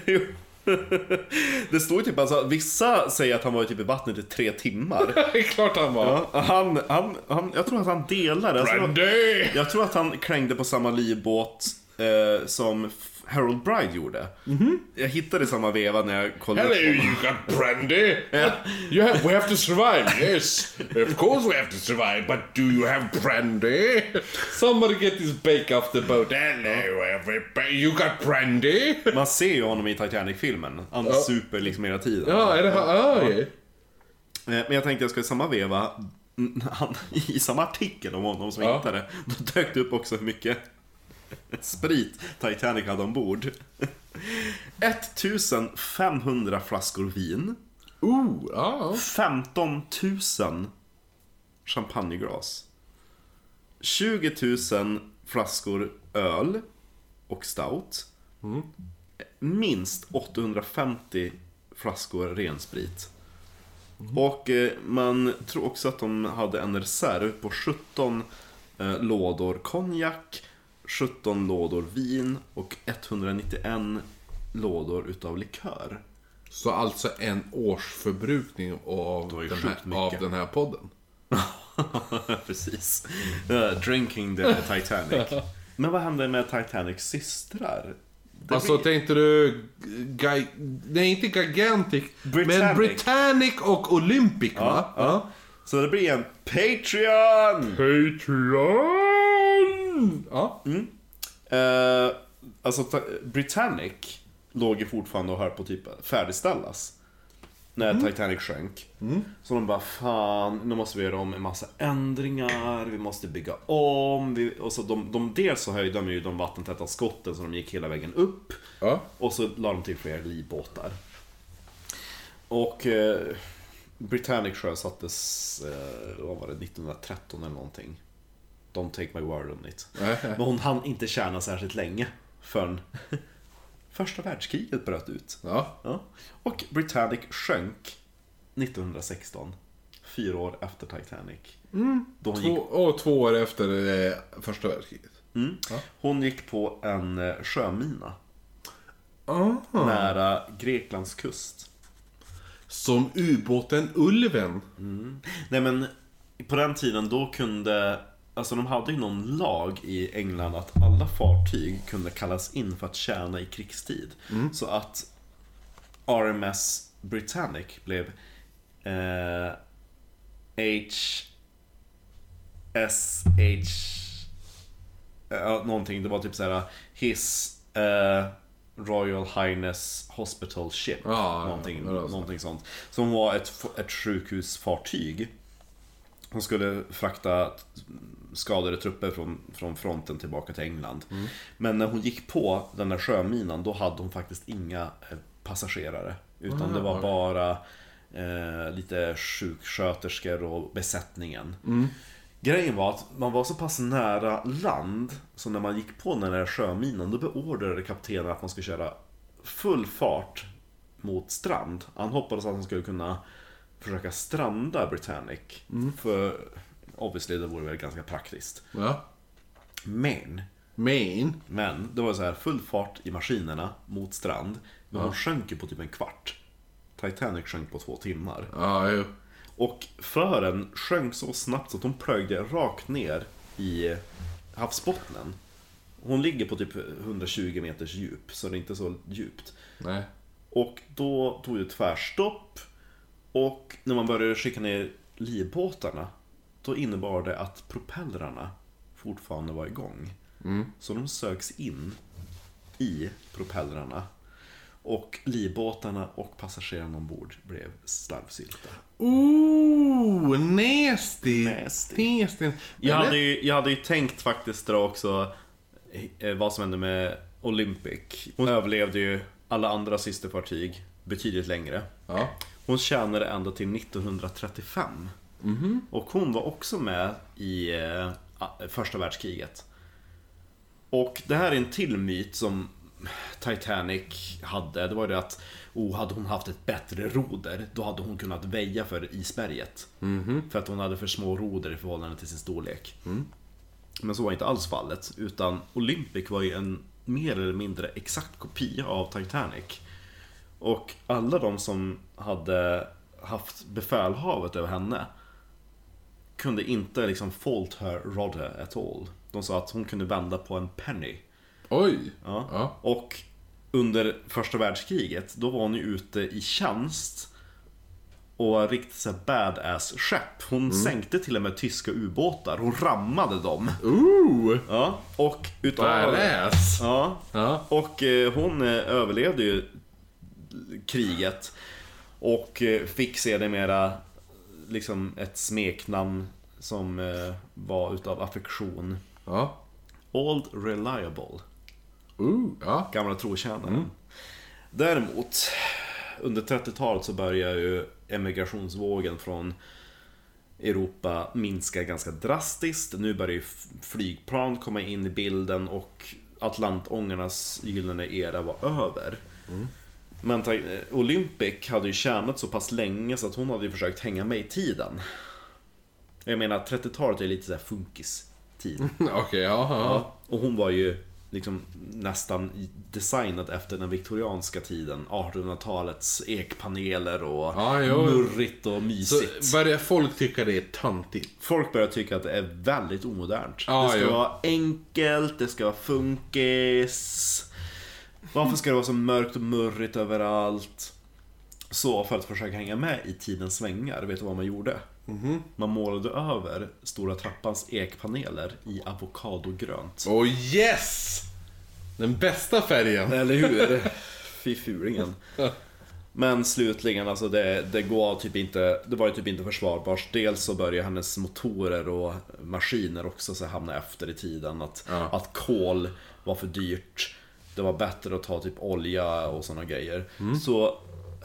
Det står ju typ alltså, vissa säger att han var typ i vattnet i 3 timmar. Det är klart han var. Ja, han, jag tror att han delade. Jag tror att han krängde på samma livbåt som Harold Bride gjorde. Jag hittade samma veva när jag kollade. Hello, you got brandy. We have to survive. Yes, of course we have to survive. But do you have brandy? Somebody get this bake off the boat. Hello, everybody. You got brandy? Man ser ju honom i Titanic-filmen. Han super liksom hela tiden. Ja, är det här? Men jag tänkte jag ska i samma veva, i samma artikel om honom som jag hittade, då dök det upp också hur mycket sprit Titanic hade ombord. 1500 flaskor vin. 15 000 champagneglas. 20 000 flaskor öl och stout. Minst 850 flaskor rensprit. Och man tror också att de hade en reserv på 17 lådor konjak, 17 lådor vin och 191 lådor utav likör. Så alltså en årsförbrukning av den här podden. Precis. Drinking the Titanic. Men vad hände med Titanics systrar? Tänkte du nej, inte Gigantic, men Britannic och Olympic, va? Ja. Så det blir en Patreon! Ja. Britannic låg ju fortfarande och höll på typ färdigställas när Titanic sjönk. Så de bara, fan, nu måste vi göra om en massa ändringar, vi måste bygga om. Och så dels så höjde de ju de vattentäta skotten så de gick hela vägen upp. Och så la de till fler livbåtar. Och Britannic sjösattes, vad var det, 1913 eller någonting. Don't take my word on it. Men hon hann inte tjäna särskilt länge förrän första världskriget bröt ut. Ja. Och Britannic sjönk 1916, 4 år efter Titanic. Två år efter första världskriget. Hon gick på en sjömina nära Greklands kust. Som ubåten Ulven. Nej, men på den tiden då kunde, alltså de hade ju någon lag i England att alla fartyg kunde kallas in för att tjäna i krigstid. Så att RMS Britannic blev någonting, det var typ såhär His Royal Highness Hospital Ship, någonting sånt. Som var ett sjukhusfartyg som skulle frakta skadade trupper från fronten tillbaka till England. Men när hon gick på den där sjöminan, då hade hon faktiskt inga passagerare, utan det var bara lite sjuksköterskor och besättningen. Grejen var att man var så pass nära land, så när man gick på den där sjöminan, då beordrade kaptenen att man skulle köra full fart mot strand. Han hoppades att han skulle kunna försöka stranda Britannic, för obviously det vore väl ganska praktiskt. Men det var så här, full fart i maskinerna mot strand, men de sjönk ju på typ en kvart. Titanic sjönk på 2 timmar. Och fören sjönk så snabbt så att hon plöjde rakt ner i havsbottnen. Hon ligger på typ 120 meters djup, så det är inte så djupt. Nej. Och då tog det tvärstopp. Och när man började skicka ner livbåtarna, då innebar det att propellrarna fortfarande var igång. Så de sögs in i propellrarna. Och livbåtarna och passagerarna ombord blev slarvsylta. Nasty. Jag hade ju tänkt faktiskt dra också vad som hände med Olympic. Hon överlevde ju alla andra systerfartyg betydligt längre. Ja. Hon tjänade ända till 1935. Och hon var också med i första världskriget. Och det här är en till myt som Titanic hade. Det var det att hade hon haft ett bättre roder, då hade hon kunnat väja för isberget. För att hon hade för små roder i förhållande till sin storlek. Men så var inte alls fallet. Utan Olympic var ju en mer eller mindre exakt kopia av Titanic. Och alla de som hade haft befälhavet över henne kunde inte liksom fault her rudder at all. De sa att hon kunde vända på en penny. Oj. Ja. Och under första världskriget, då var hon ju ute i tjänst och var riktigt så badass skepp. Hon sänkte till och med tyska ubåtar. Hon rammade dem. Ja. Och badass. Ja. Och hon överlevde ju kriget och fick sedermera liksom ett smeknamn som var utav affektion. Ja. Old Reliable. Ja. Gamla trotjänaren. Däremot under 30-talet så börjar ju emigrationsvågen från Europa minska ganska drastiskt. Nu börjar ju flygplan komma in i bilden och Atlantångernas gyllene era var över. Men Olympic hade ju tjänat så pass länge så att hon hade ju försökt hänga med i tiden. Jag menar 30-talet är lite så här funkis-tid. Okej, ja. Och hon var ju liksom nästan designad efter den viktorianska tiden, 1800-talets ekpaneler och murrigt och mysigt. Så börjar folk tycka det är töntigt. Folk börjar tycka att det är väldigt omodernt. Det ska vara enkelt, det ska vara funkis. Varför ska det vara så mörkt och murrigt överallt? Så för att försöka hänga med i tidens svängar, vet du vad man gjorde? Man målade över stora trappans ekpaneler i avokadogrönt. Yes! Den bästa färgen. Eller hur? Fy fulingen. Men slutligen, alltså det går typ inte, det var ju typ inte försvarbart. Dels så börjar hennes motorer och maskiner också så hamna efter i tiden. Att kol var för dyrt. Det var bättre att ta typ olja och såna grejer. Så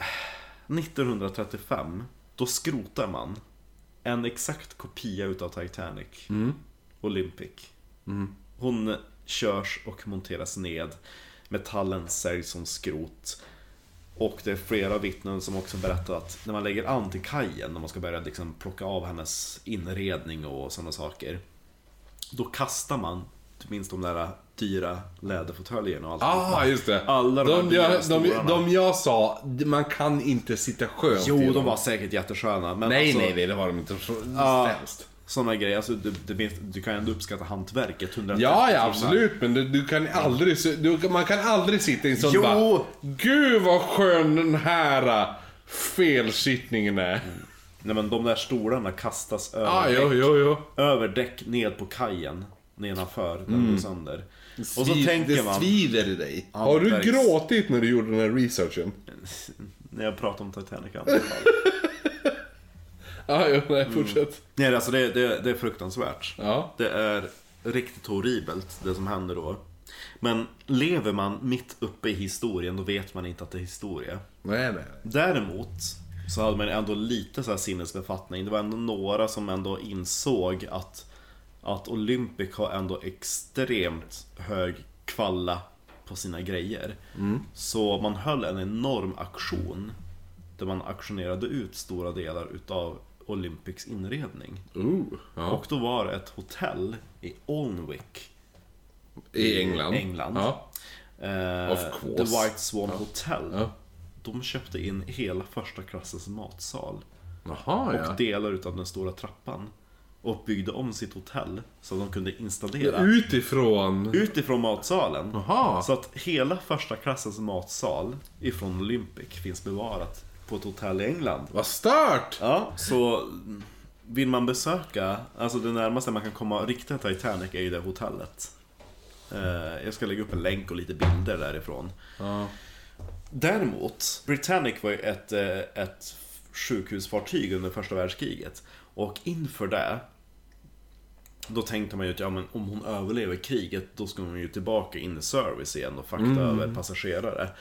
1935 då skrotar man en exakt kopia utav Titanic. Olympic. Hon körs och monteras ned. Metallen säljs som skrot. Och det är flera vittnen som också berättar att när man lägger an till kajen, när man ska börja liksom plocka av hennes inredning och sådana saker, då kastar man minst de där dyra läderfåtöljerna och allt. Just det. Alla de jag sa, man kan inte sitta skönt. Jo, de var säkert jättesköna. Men nej, alltså, nej, det var de inte. Sådana grejer, alltså, du kan ändå uppskatta hantverket 130 Ja, absolut, men du kan aldrig man kan aldrig sitta i en sån bara, gud vad skön den här felsittningen är. Nej, men de där stolarna kastas över över däck ned på kajen nedanför den går sönder. Och så tänker man, det svider i dig. Har du gråtit när du gjorde den här researchen? När jag pratade om Titanic. Fortsätt. Nej, alltså det är fruktansvärt. Ja. Det är riktigt horribelt det som händer då. Men lever man mitt uppe i historien, då vet man inte att det är historia. Nej. Däremot så hade man ändå lite så här sinnesbefattning. Det var ändå några som ändå insåg att Olympic har ändå extremt hög kvalla på sina grejer. Så man höll en enorm aktion där man auktionerade ut stora delar utav Olympics inredning. Och då var det ett hotell i Alnwick i England. Of course. The White Swan Hotel. De köpte in hela första klassens matsal Jaha, ja. och delar utav den stora trappan. Och byggde om sitt hotell så de kunde installera Utifrån matsalen. Jaha. Så att hela första klassens matsal ifrån Olympic finns bevarat på ett hotell i England. Vad stört! Ja, så vill man besöka, alltså det närmaste man kan komma riktiga Titanic är ju det hotellet. Jag ska lägga upp en länk och lite bilder därifrån. Ja. Däremot, Britannic var ju ett sjukhusfartyg under första världskriget. Och inför det, då tänkte man ju att men om hon överlever kriget, då ska hon ju tillbaka in i service igen och fakta över passagerare.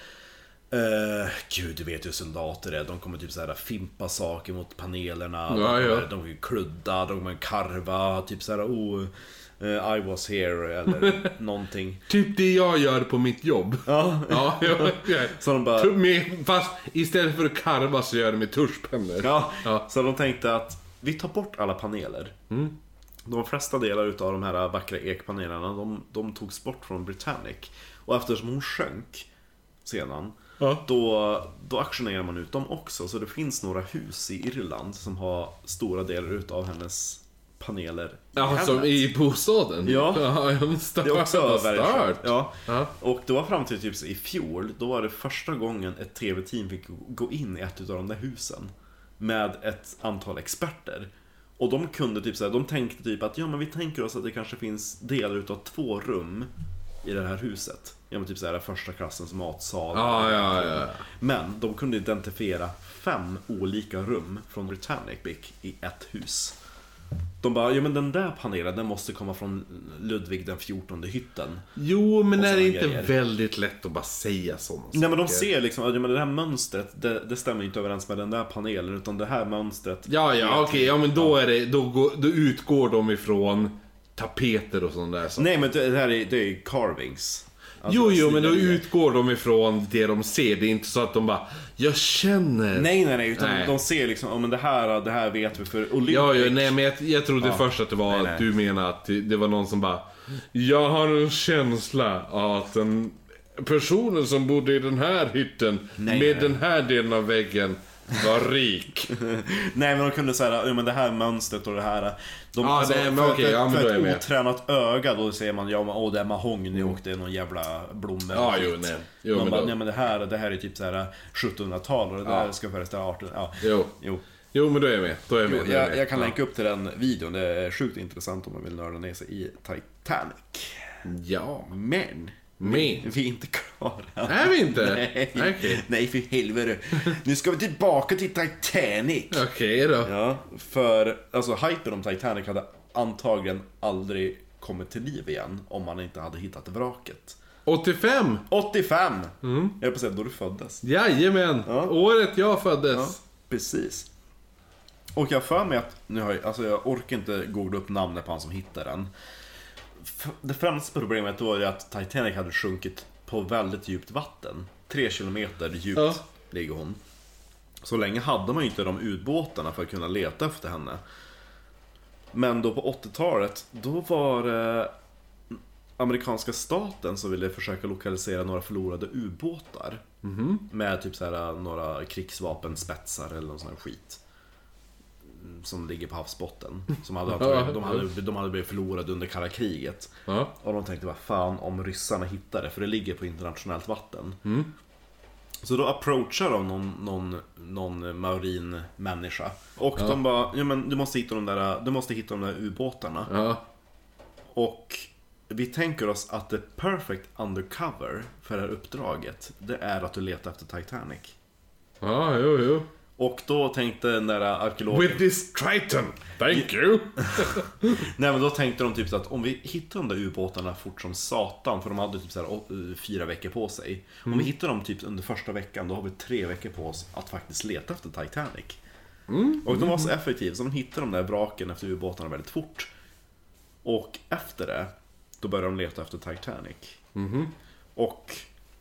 Gud, du vet ju soldater är. De kommer typ så här fimpa saker mot panelerna. De kommer kludda, de kommer karva. Typ så här, I was here eller någonting. Typ det jag gör på mitt jobb. Ja. Så de bara... Fast istället för att karva så gör de med tuschpennor. Ja. Så de tänkte att vi tar bort alla paneler. De flesta delar utav de här vackra ekpanelerna, de togs bort från Britannic. Och eftersom hon sjönk sedan, då auktionerar man ut dem också. Så det finns några hus i Irland som har stora delar utav hennes paneler i som i bostaden. Ja, det är också stört. Ja. Och det var fram till typ i fjol. Då var det första gången ett tv-team fick gå in i ett utav de där husen med ett antal experter. Och de kunde typ såhär, de tänkte typ att men vi tänker oss att det kanske finns delar utav 2 rum i det här huset. Ja, men typ såhär första klassens matsal. Ja. Men de kunde identifiera 5 olika rum från Britannic i ett hus. De bara, men den där panelen, den måste komma från Ludvig den 14:e hytten. Jo, men är det inte väldigt lätt att bara säga sådana saker? Nej, men de ser liksom, men det här mönstret, det stämmer inte överens med den där panelen, utan det här mönstret. Okej, men då är det, då utgår de ifrån tapeter och sånt där. Så. Nej, men det här är carvings. Alltså, jo, men då utgår de ifrån det de ser. Det är inte så att de bara, jag känner. Nej, utan de ser liksom, men det här vet vi för Olympic. Nej, men jag trodde först att det var att du menar att det var någon som bara, jag har en känsla att den personen som bodde i den här hytten den här delen av väggen var rik. Nej, men de kunde säga, men det här mönstret och det här. För ett otränat öga, då ser man, det är mahogny och det är någon jävla blomma. Men det här är typ så här 1700-tal och det där ska föreställa 18. Jo, men då är jag med. Jag kan länka upp till den videon. Det är sjukt intressant om man vill nörda ner sig i Titanic. Ja, men vi är inte klara. Är vi inte? Nej, för helvete. Nu ska vi tillbaka till Titanic. Okej då. Ja, för alltså hypen om Titanic hade antagligen aldrig kommit till liv igen om man inte hade hittat vraket. 85. Jag är på sätt då du föddes. Jajamän, året jag föddes. Ja, precis. Och jag för mig att jag orkar inte googla upp namnet på han som hittade den. Det främsta problemet var ju att Titanic hade sjunkit på väldigt djupt vatten. 3 kilometer djupt ligger hon. Så länge hade man ju inte de ubåtarna för att kunna leta efter henne. Men då på 80-talet, då var det amerikanska staten som ville försöka lokalisera några förlorade ubåtar. Med typ så här några krigsvapenspetsar eller någon sån här skit som ligger på havsbotten, som de hade blivit förlorade under kalla kriget. Och de tänkte, vad fan om ryssarna hittar det, för det ligger på internationellt vatten. Så då approachar de någon marin människa. Och de bara, men du måste hitta de där ubåtarna. Och vi tänker oss att the perfect undercover för det här uppdraget, det är att du letar efter Titanic. Jo. Och då tänkte den där arkeologen, with this Triton, thank you. Nej, men då tänkte de typ så att om vi hittar de där ubåtarna fort som satan, för de hade typ så här 4 veckor på sig. Om vi hittar dem typ under första veckan, då har vi 3 veckor på oss att faktiskt leta efter Titanic. Och de var så effektiva så de hittade de där vraken efter ubåtarna väldigt fort. Och efter det, då började de leta efter Titanic. Och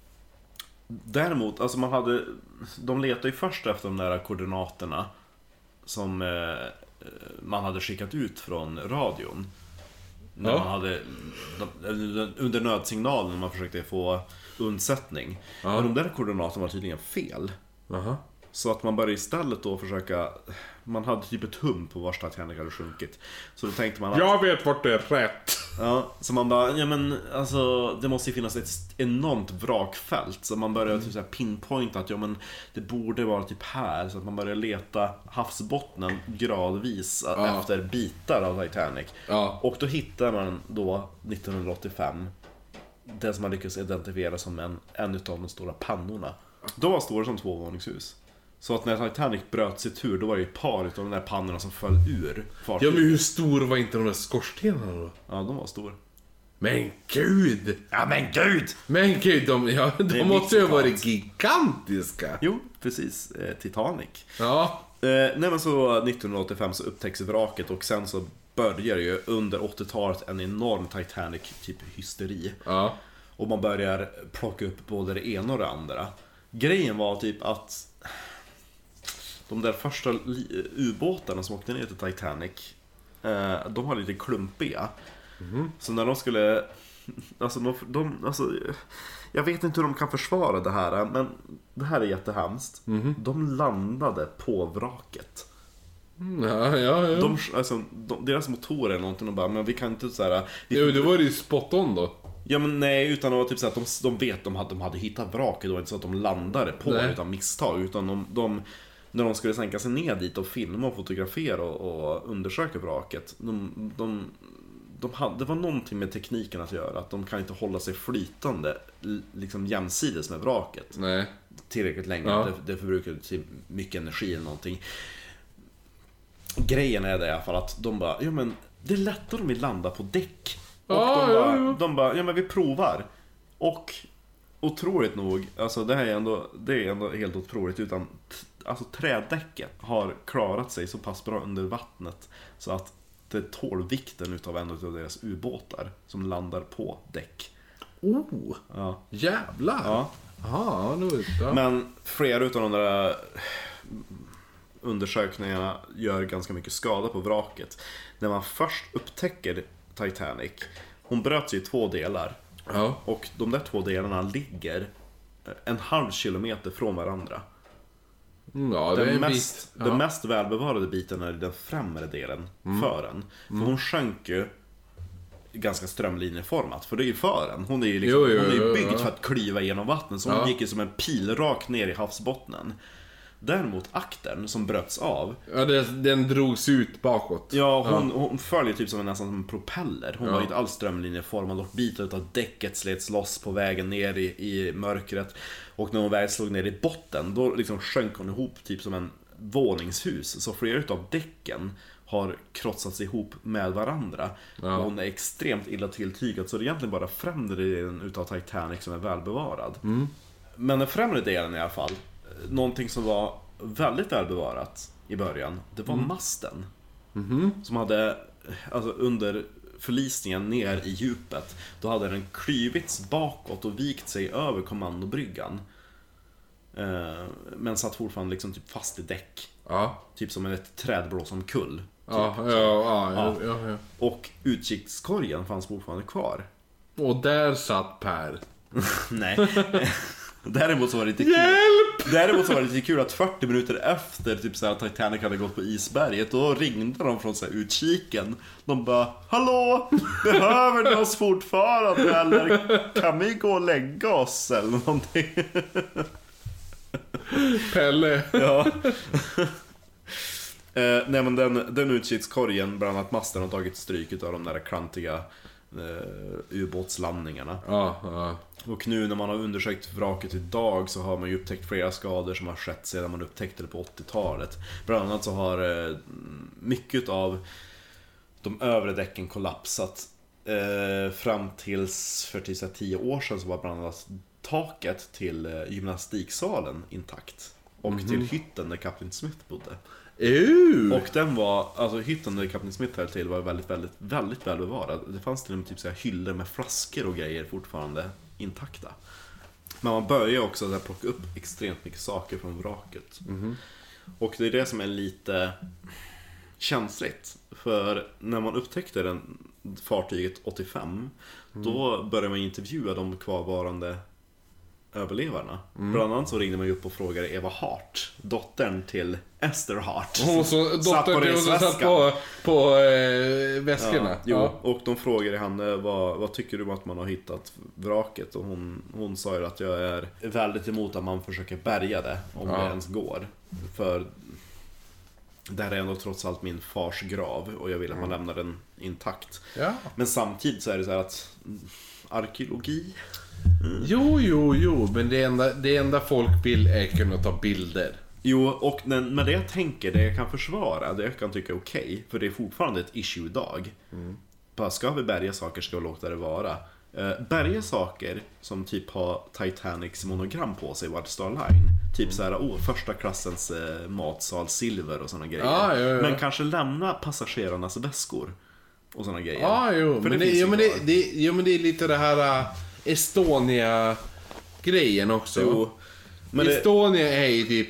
däremot, alltså de letade ju först efter de där koordinaterna som man hade skickat ut från radion. När man hade under nödsignalen när man försökte få undsättning. Men de där koordinaterna var tydligen fel. Så att man började istället då försöka... Man hade typ ett hum på var Titanic hade sjunkit. Så då tänkte man att... Jag vet vart det är rätt. Ja, så man bara, ja men alltså det måste ju finnas ett enormt vrakfält. Så man började typ så här pinpointa att ja men det borde vara typ här. Så att man började leta havsbottnen gradvis efter bitar av Titanic. Och då hittade man då 1985 det som man lyckades identifiera som en av de stora pannorna. Då var stora som 2-våningshus. Så att när Titanic bröt sig tur, då var det ju ett par av de där pannorna som föll ur fartyget. Ja, men hur stor var inte de där skorstenarna då? Ja, de var stora. Men gud! Ja, men gud! Men gud, de måste ju ha varit gigantiska. Jo, precis. Titanic. Ja. Nej, men så 1985 så upptäcks vraket och sen så börjar ju under 80-talet en enorm Titanic-typ hysteri. Ja. Och man börjar plocka upp både det ena och det andra. Grejen var typ att de där första ubåtarna som åkte ner till Titanic, de var lite klumpiga. Så när de skulle... Alltså, jag vet inte hur de kan försvara det här, men det här är jättehemskt. De landade på vraket. Deras motorer eller någonting, och bara, men vi kan inte så här... Jo, det var ju spot on då. Ja, men nej, utan det var typ så att de vet de hade hittat vraket. Det var inte så att de landade på det utan misstag. Utan de när de skulle sänka sig ner dit och filma och fotografera och undersöka vraket, det var någonting med tekniken att göra. Att de kan inte hålla sig flytande liksom jämsides med vraket. Nej. Tillräckligt länge. Det förbrukar mycket energi eller någonting. Grejen är det i alla fall att de bara, ja men det är lättare om vi landar på däck. Och de bara, ja men vi provar. Och otroligt nog, alltså det är ändå helt otroligt, utan alltså trädäcket har klarat sig så pass bra under vattnet så att det tål vikten utav en av deras ubåtar som landar på däck. Ja. Jävlar. Ja. Aha, men flera utav de där undersökningarna gör ganska mycket skada på vraket. När man först upptäcker Titanic, hon bröt sig i 2 delar. Och de där 2 delarna ligger 1/2 kilometer från varandra. Den mest välbevarade biten är den främre delen, fören. För hon sjönk ju ganska strömlinjeformat, för det är ju fören. Hon är ju liksom, hon är ju byggd för att klyva genom vatten. Så hon gick ju som en pil rakt ner i havsbottnen. Däremot aktern som bröts av, den drogs ut bakåt. Hon följer typ som nästan som en propeller. Hon var inte alls strömlinjeformad, och bitar av däcket slets loss på vägen ner i mörkret. Och när hon väl slog ner i botten, då liksom sjönk hon ihop typ som en våningshus. Så flera utav däcken har krossats ihop med varandra. Och hon är extremt illa tilltygad. Så det är egentligen bara främre delen utav Titanic som är välbevarad. Men den främre delen i alla fall, någonting som var väldigt välbevarat i början, det var masten. Som hade, alltså under förlisningen ner i djupet, då hade den klyvits bakåt och vikt sig över kommandobryggan. Men satt fortfarande liksom typ fast i däck. Typ som ett trädblås omkull. Och utkikskorgen fanns fortfarande kvar. Och där satt Per. Nej. Däremot så var det lite kul. Däremot så var det lite kul att 40 minuter efter typ så här, Titanic hade gått på isberget, då ringde de från så här, utkiken. De bara, hallå, behöver ni oss fortfarande, eller kan vi gå och lägga oss eller någonting? Pelle. Ja. Nej, men den utkikskorgen, bland annat masten, har tagit stryket av de där klantiga ubåtslandningarna. Och nu när man har undersökt vraket idag, så har man ju upptäckt flera skador som har skett sedan man upptäckte det på 80-talet. Bland annat så har mycket av de övre däcken kollapsat. Fram tills för 10 år sedan så var bland annat taket till gymnastiksalen intakt. Och till hytten där Kapten Smith bodde. Och den var, alltså hytten där Kapten Smith höll till var väldigt, väldigt, väldigt väl bevarad. Det fanns till och med typ så här hyllor med flaskor och grejer fortfarande intakta. Men man börjar också där plocka upp extremt mycket saker från vraket. Och det är det som är lite känsligt. För när man upptäckte fartyget 85, då började man intervjua de kvarvarande överlevarna. Bland annat så ringde man ju upp och frågade Eva Hart, dottern till Esther Hart. Hon som dottern till hon satt på väskorna. Och de frågade henne, vad tycker du om att man har hittat vraket? Och hon sa ju att jag är väldigt emot att man försöker bärga det, om det ens går. För det här är ändå trots allt min fars grav, och jag vill att man lämnar den intakt. Men samtidigt så är det så här att arkeologi... Jo, men det enda folk vill är kunna ta bilder. Jo, och men det jag tänker, det jag kan försvara, det jag kan tycka är okej, för det är fortfarande ett issue idag. Bara, ska vi bärga saker, ska vi låta det vara. Bärga saker som typ har Titanics monogram på sig, White Star Line. Typ så här, första klassens matsal, silver och såna grejer. Men kanske lämna passagerarnas väskor och såna grejer. Men det är lite det här Estonia-grejen också. Men Estonia är ju typ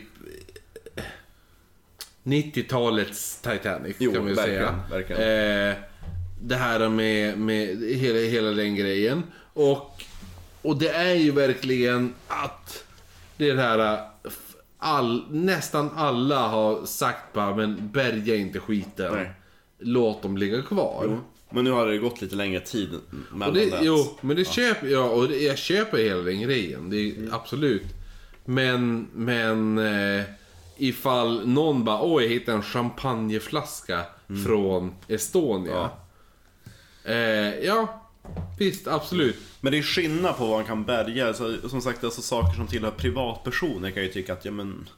90-talets Titanic, kan man säga. Verkligen. Det här med hela den grejen. Och det är ju verkligen att det här nästan alla har sagt bara, men bärga inte skiten. Nej. Låt dem ligga kvar. Jo. Men nu har det gått lite längre tid mellan det. Jo, men det köper jag, och jag köper hela den grejen. Det är absolut. Men ifall någon bara, jag hittade en champagneflaska från Estonia. Visst, absolut. Men det är skillnad på vad man kan bärga. Alltså, som sagt, alltså, saker som tillhör privatpersoner kan ju tycka att, en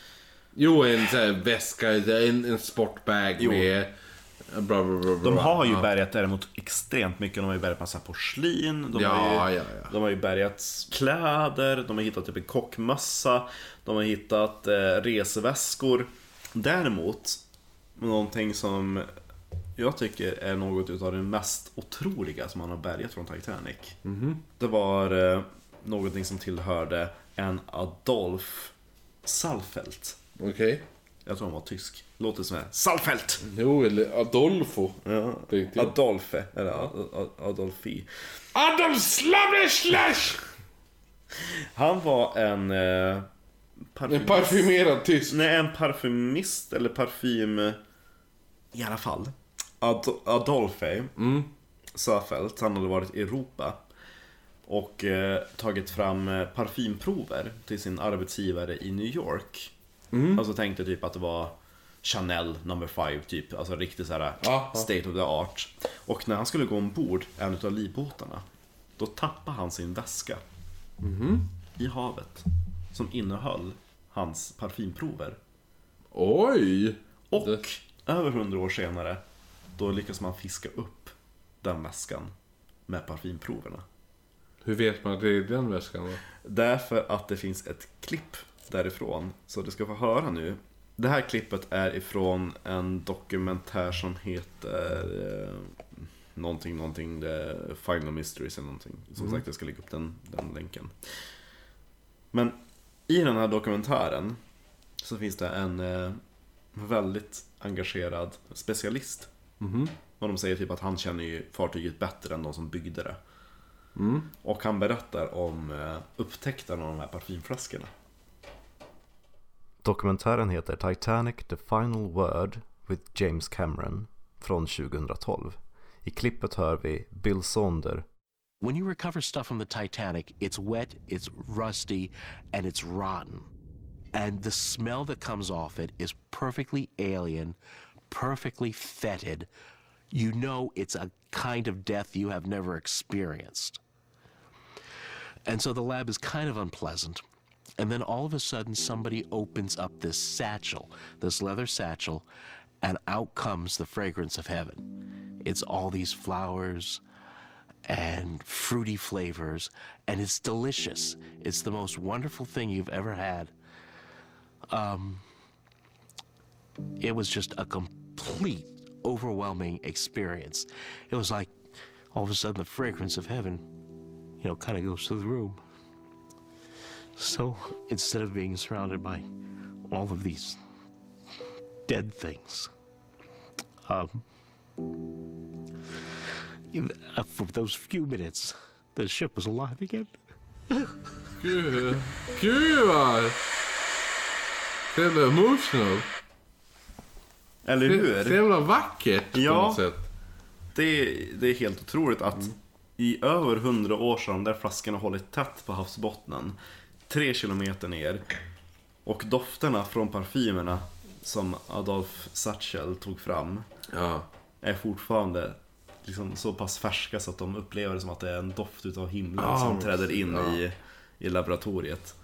så här väska, en sportbag med... Bla, bla, bla, bla. De har ju bärgat däremot extremt mycket. De har ju bärgat massa porslin. De har ju bärgat kläder. De har hittat typ en kockmössa. De har hittat resväskor. Däremot, någonting som jag tycker är något av det mest otroliga som man har bärgat från Titanic. Det var någonting som tillhörde en Adolf Saalfeld. Okej. Jag tror han var tysk. Låter som Saalfeld. Jo, eller Adolfo. Ja. Adolfe. Eller Adolfi. Adolf Slash! Han var en parfymerad tysk. Nej, en parfymist eller parfym. I alla fall Adolfe Saalfeld. Han hade varit i Europa och tagit fram parfymprover till sin arbetsgivare i New York. Alltså tänkte typ att det var Chanel No. 5 typ, alltså riktigt så här state of the art. Och när han skulle gå ombord en av livbåtarna, då tappade han sin väska i havet som innehöll hans parfymprover. Oj! Och över 100 år senare, då lyckas man fiska upp den väskan med parfymproverna. Hur vet man att det är den väskan då? Därför att det finns ett klipp därifrån. Så du ska få höra nu. Det här klippet är ifrån en dokumentär som heter någonting The Final Mysteries eller någonting. Som sagt, jag ska lägga upp den länken. Men i den här dokumentären så finns det en väldigt engagerad specialist. Och de säger typ att han känner ju fartyget bättre än de som byggde det. Och han berättar om upptäckten av de här parfymflaskorna. Dokumentären heter Titanic The Final Word with James Cameron från 2012. I klippet hör vi Bill Saunders. When you recover stuff from the Titanic, it's wet, it's rusty, and it's rotten. And the smell that comes off it is perfectly alien, perfectly fetid. You know it's a kind of death you have never experienced. And so the lab is kind of unpleasant. And then all of a sudden somebody opens up this satchel, this leather satchel, and out comes the fragrance of heaven. It's all these flowers and fruity flavors, and it's delicious. It's the most wonderful thing you've ever had. It was just a complete, overwhelming experience. It was like all of a sudden the fragrance of heaven, kind of goes through the room. So instead of being surrounded by all of these dead things, for those few minutes, the ship was alive again. Gud vad... Det är emotional. Eller Det hur? är jävla vackert på Ja. något sätt. Det är helt otroligt att i över 100 år sedan där flaskorna hållit tätt på havsbottnen 3 kilometer ner och dofterna från parfymerna som Adolf Satchel tog fram Ja. är fortfarande liksom så pass färska så att de upplever det som att det är en doft utav himlen som träder in i laboratoriet.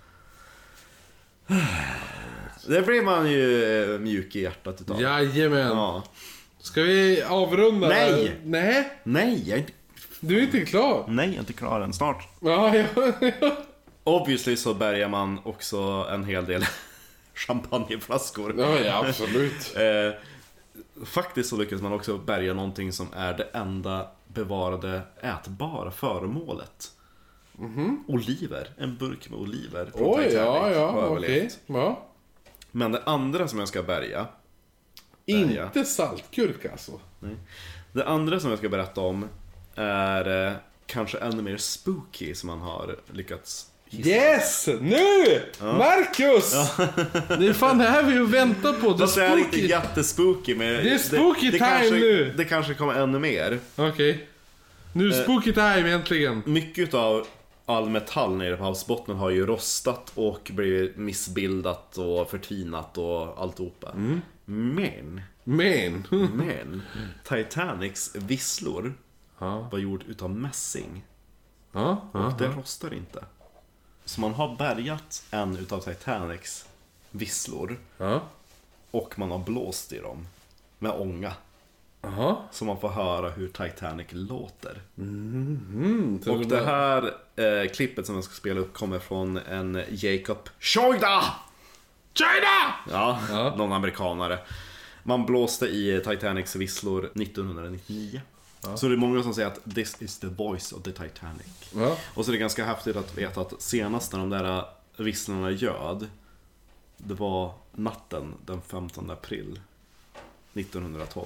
Det blir man ju mjuk i hjärtat utav. Jajamän. Ja. Ska vi avrunda? Nej. Nej. Nej, jag är inte... Du är inte klar. Nej, jag är inte klar än. Snart. Ja. Obviously så bärgar man också en hel del champagneflaskor. Ja, absolut. Faktiskt så lyckas man också bärga någonting som är det enda bevarade ätbara föremålet. Oliver. En burk med oliver från Oj, Titanic har ja, överlevt. okej. Ja. Men det andra som jag ska bärga, Inte saltgurka alltså. det andra som jag ska berätta om är kanske ännu mer spooky som man har lyckats hissa. Yes! Nu! Marcus! Det är fan det här vi väntar på. Det Fast det är inte spooky. jättespooky, men Det är spooky time kanske, nu. Det kanske kommer ännu mer. Okej. Nu är spooky time äntligen. Mycket av all metall nere på havsbottnen har ju rostat och blivit missbildat och förtvinat och alltihopa. Men Titanics visslor var gjord utav mässing. Och det rostar inte. Så man har bärgat en utav Titanics visslor och man har blåst i dem med ånga. Så man får höra hur Titanic låter. Och det här klippet som jag ska spela upp kommer från en Jacob Shorda! Ja, någon amerikanare. Man blåste i Titanics visslor 1999. Så det är många som säger att this is the voice of the Titanic. Och så är det ganska häftigt att veta att senast när de där visslorna ljöd, det var natten den 15 april 1912.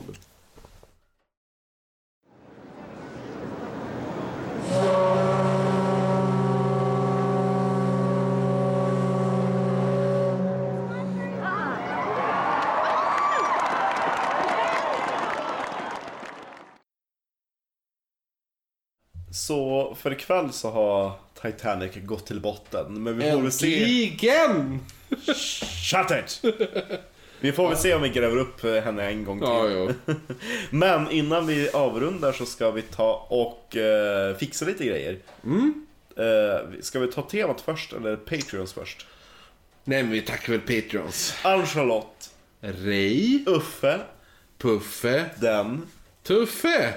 Så för ikväll så har Titanic gått till botten. Men vi får väl se... Äntligen! Shut it! Vi får väl se om vi gräver upp henne en gång till. Ja. Men innan vi avrundar så ska vi ta och fixa lite grejer. Ska vi ta temat först eller Patreons först? Nej, men vi tackar väl Patreons. Ann-Charlotte, Ray, Uffe, Puffe, Den, Tuffe,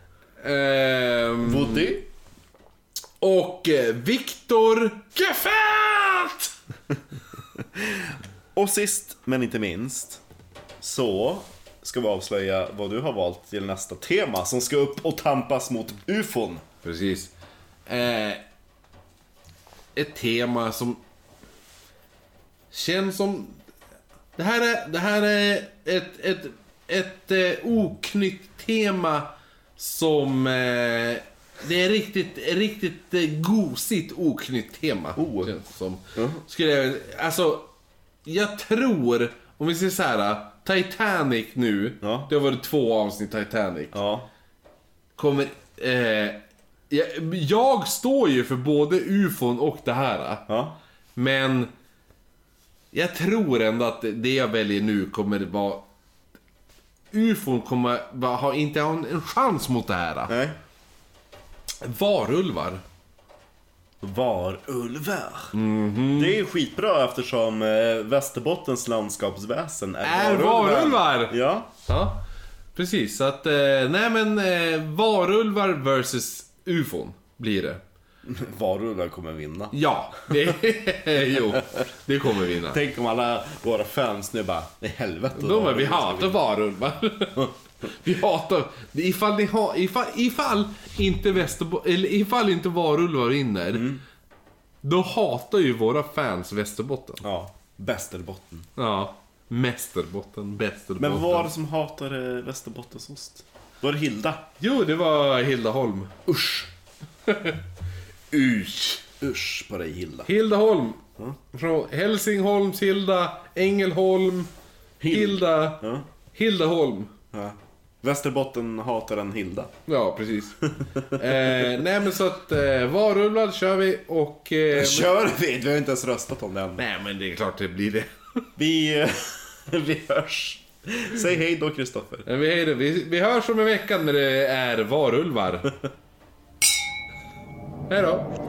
Woody och Viktor Gefält! och sist men inte minst så ska vi avslöja vad du har valt till nästa tema som ska upp och tampas mot UFOn. Precis. Ett tema som känns som... Det här är ett oknytt tema som... Det är riktigt gosigt oknytt tema. Känns som. Skulle jag, alltså, jag tror, om vi säger så här, Titanic nu, det har varit 2 avsnitt Titanic. Kommer... jag står ju för både UFOn och det här. Men jag tror ändå att det jag väljer nu kommer vara... UFOn kommer inte ha en chans mot det här. Nej. Varulvar. Varulvar. Det är ju skitbra eftersom Västerbottens landskapsväsen är varulvar. Ja. Precis, så att varulvar versus UFOn blir det. Varulvar kommer vinna. Ja, jo, det kommer vinna. Tänk om alla våra fans nu bara, i helvete. Vi hatar varulvar. Vi hatar ifall inte varulvar vinner, då hatar ju våra fans Västerbotten. Ja, Västerbotten. Ja, Mästerbotten, Västerbotten. Men vad var det som hatade Västerbottensost? Var det Hilda? Jo, det var Hilda Holm. Usch. Usch. Usch på dig, Hilda. Hildaholm. Från Helsingholms Hilda, Ängelholm, Hilda, Hildaholm. Ja. Västerbotten hatar en Hilda. Ja, precis. Nej, men så att varulvar kör vi och... Kör vi? Vi har inte ens röstat om det än. Nej, men det är klart det blir det. Vi hörs. Säg hej då, Kristoffer. Vi hörs om en vecka när det är varulvar. Hej då.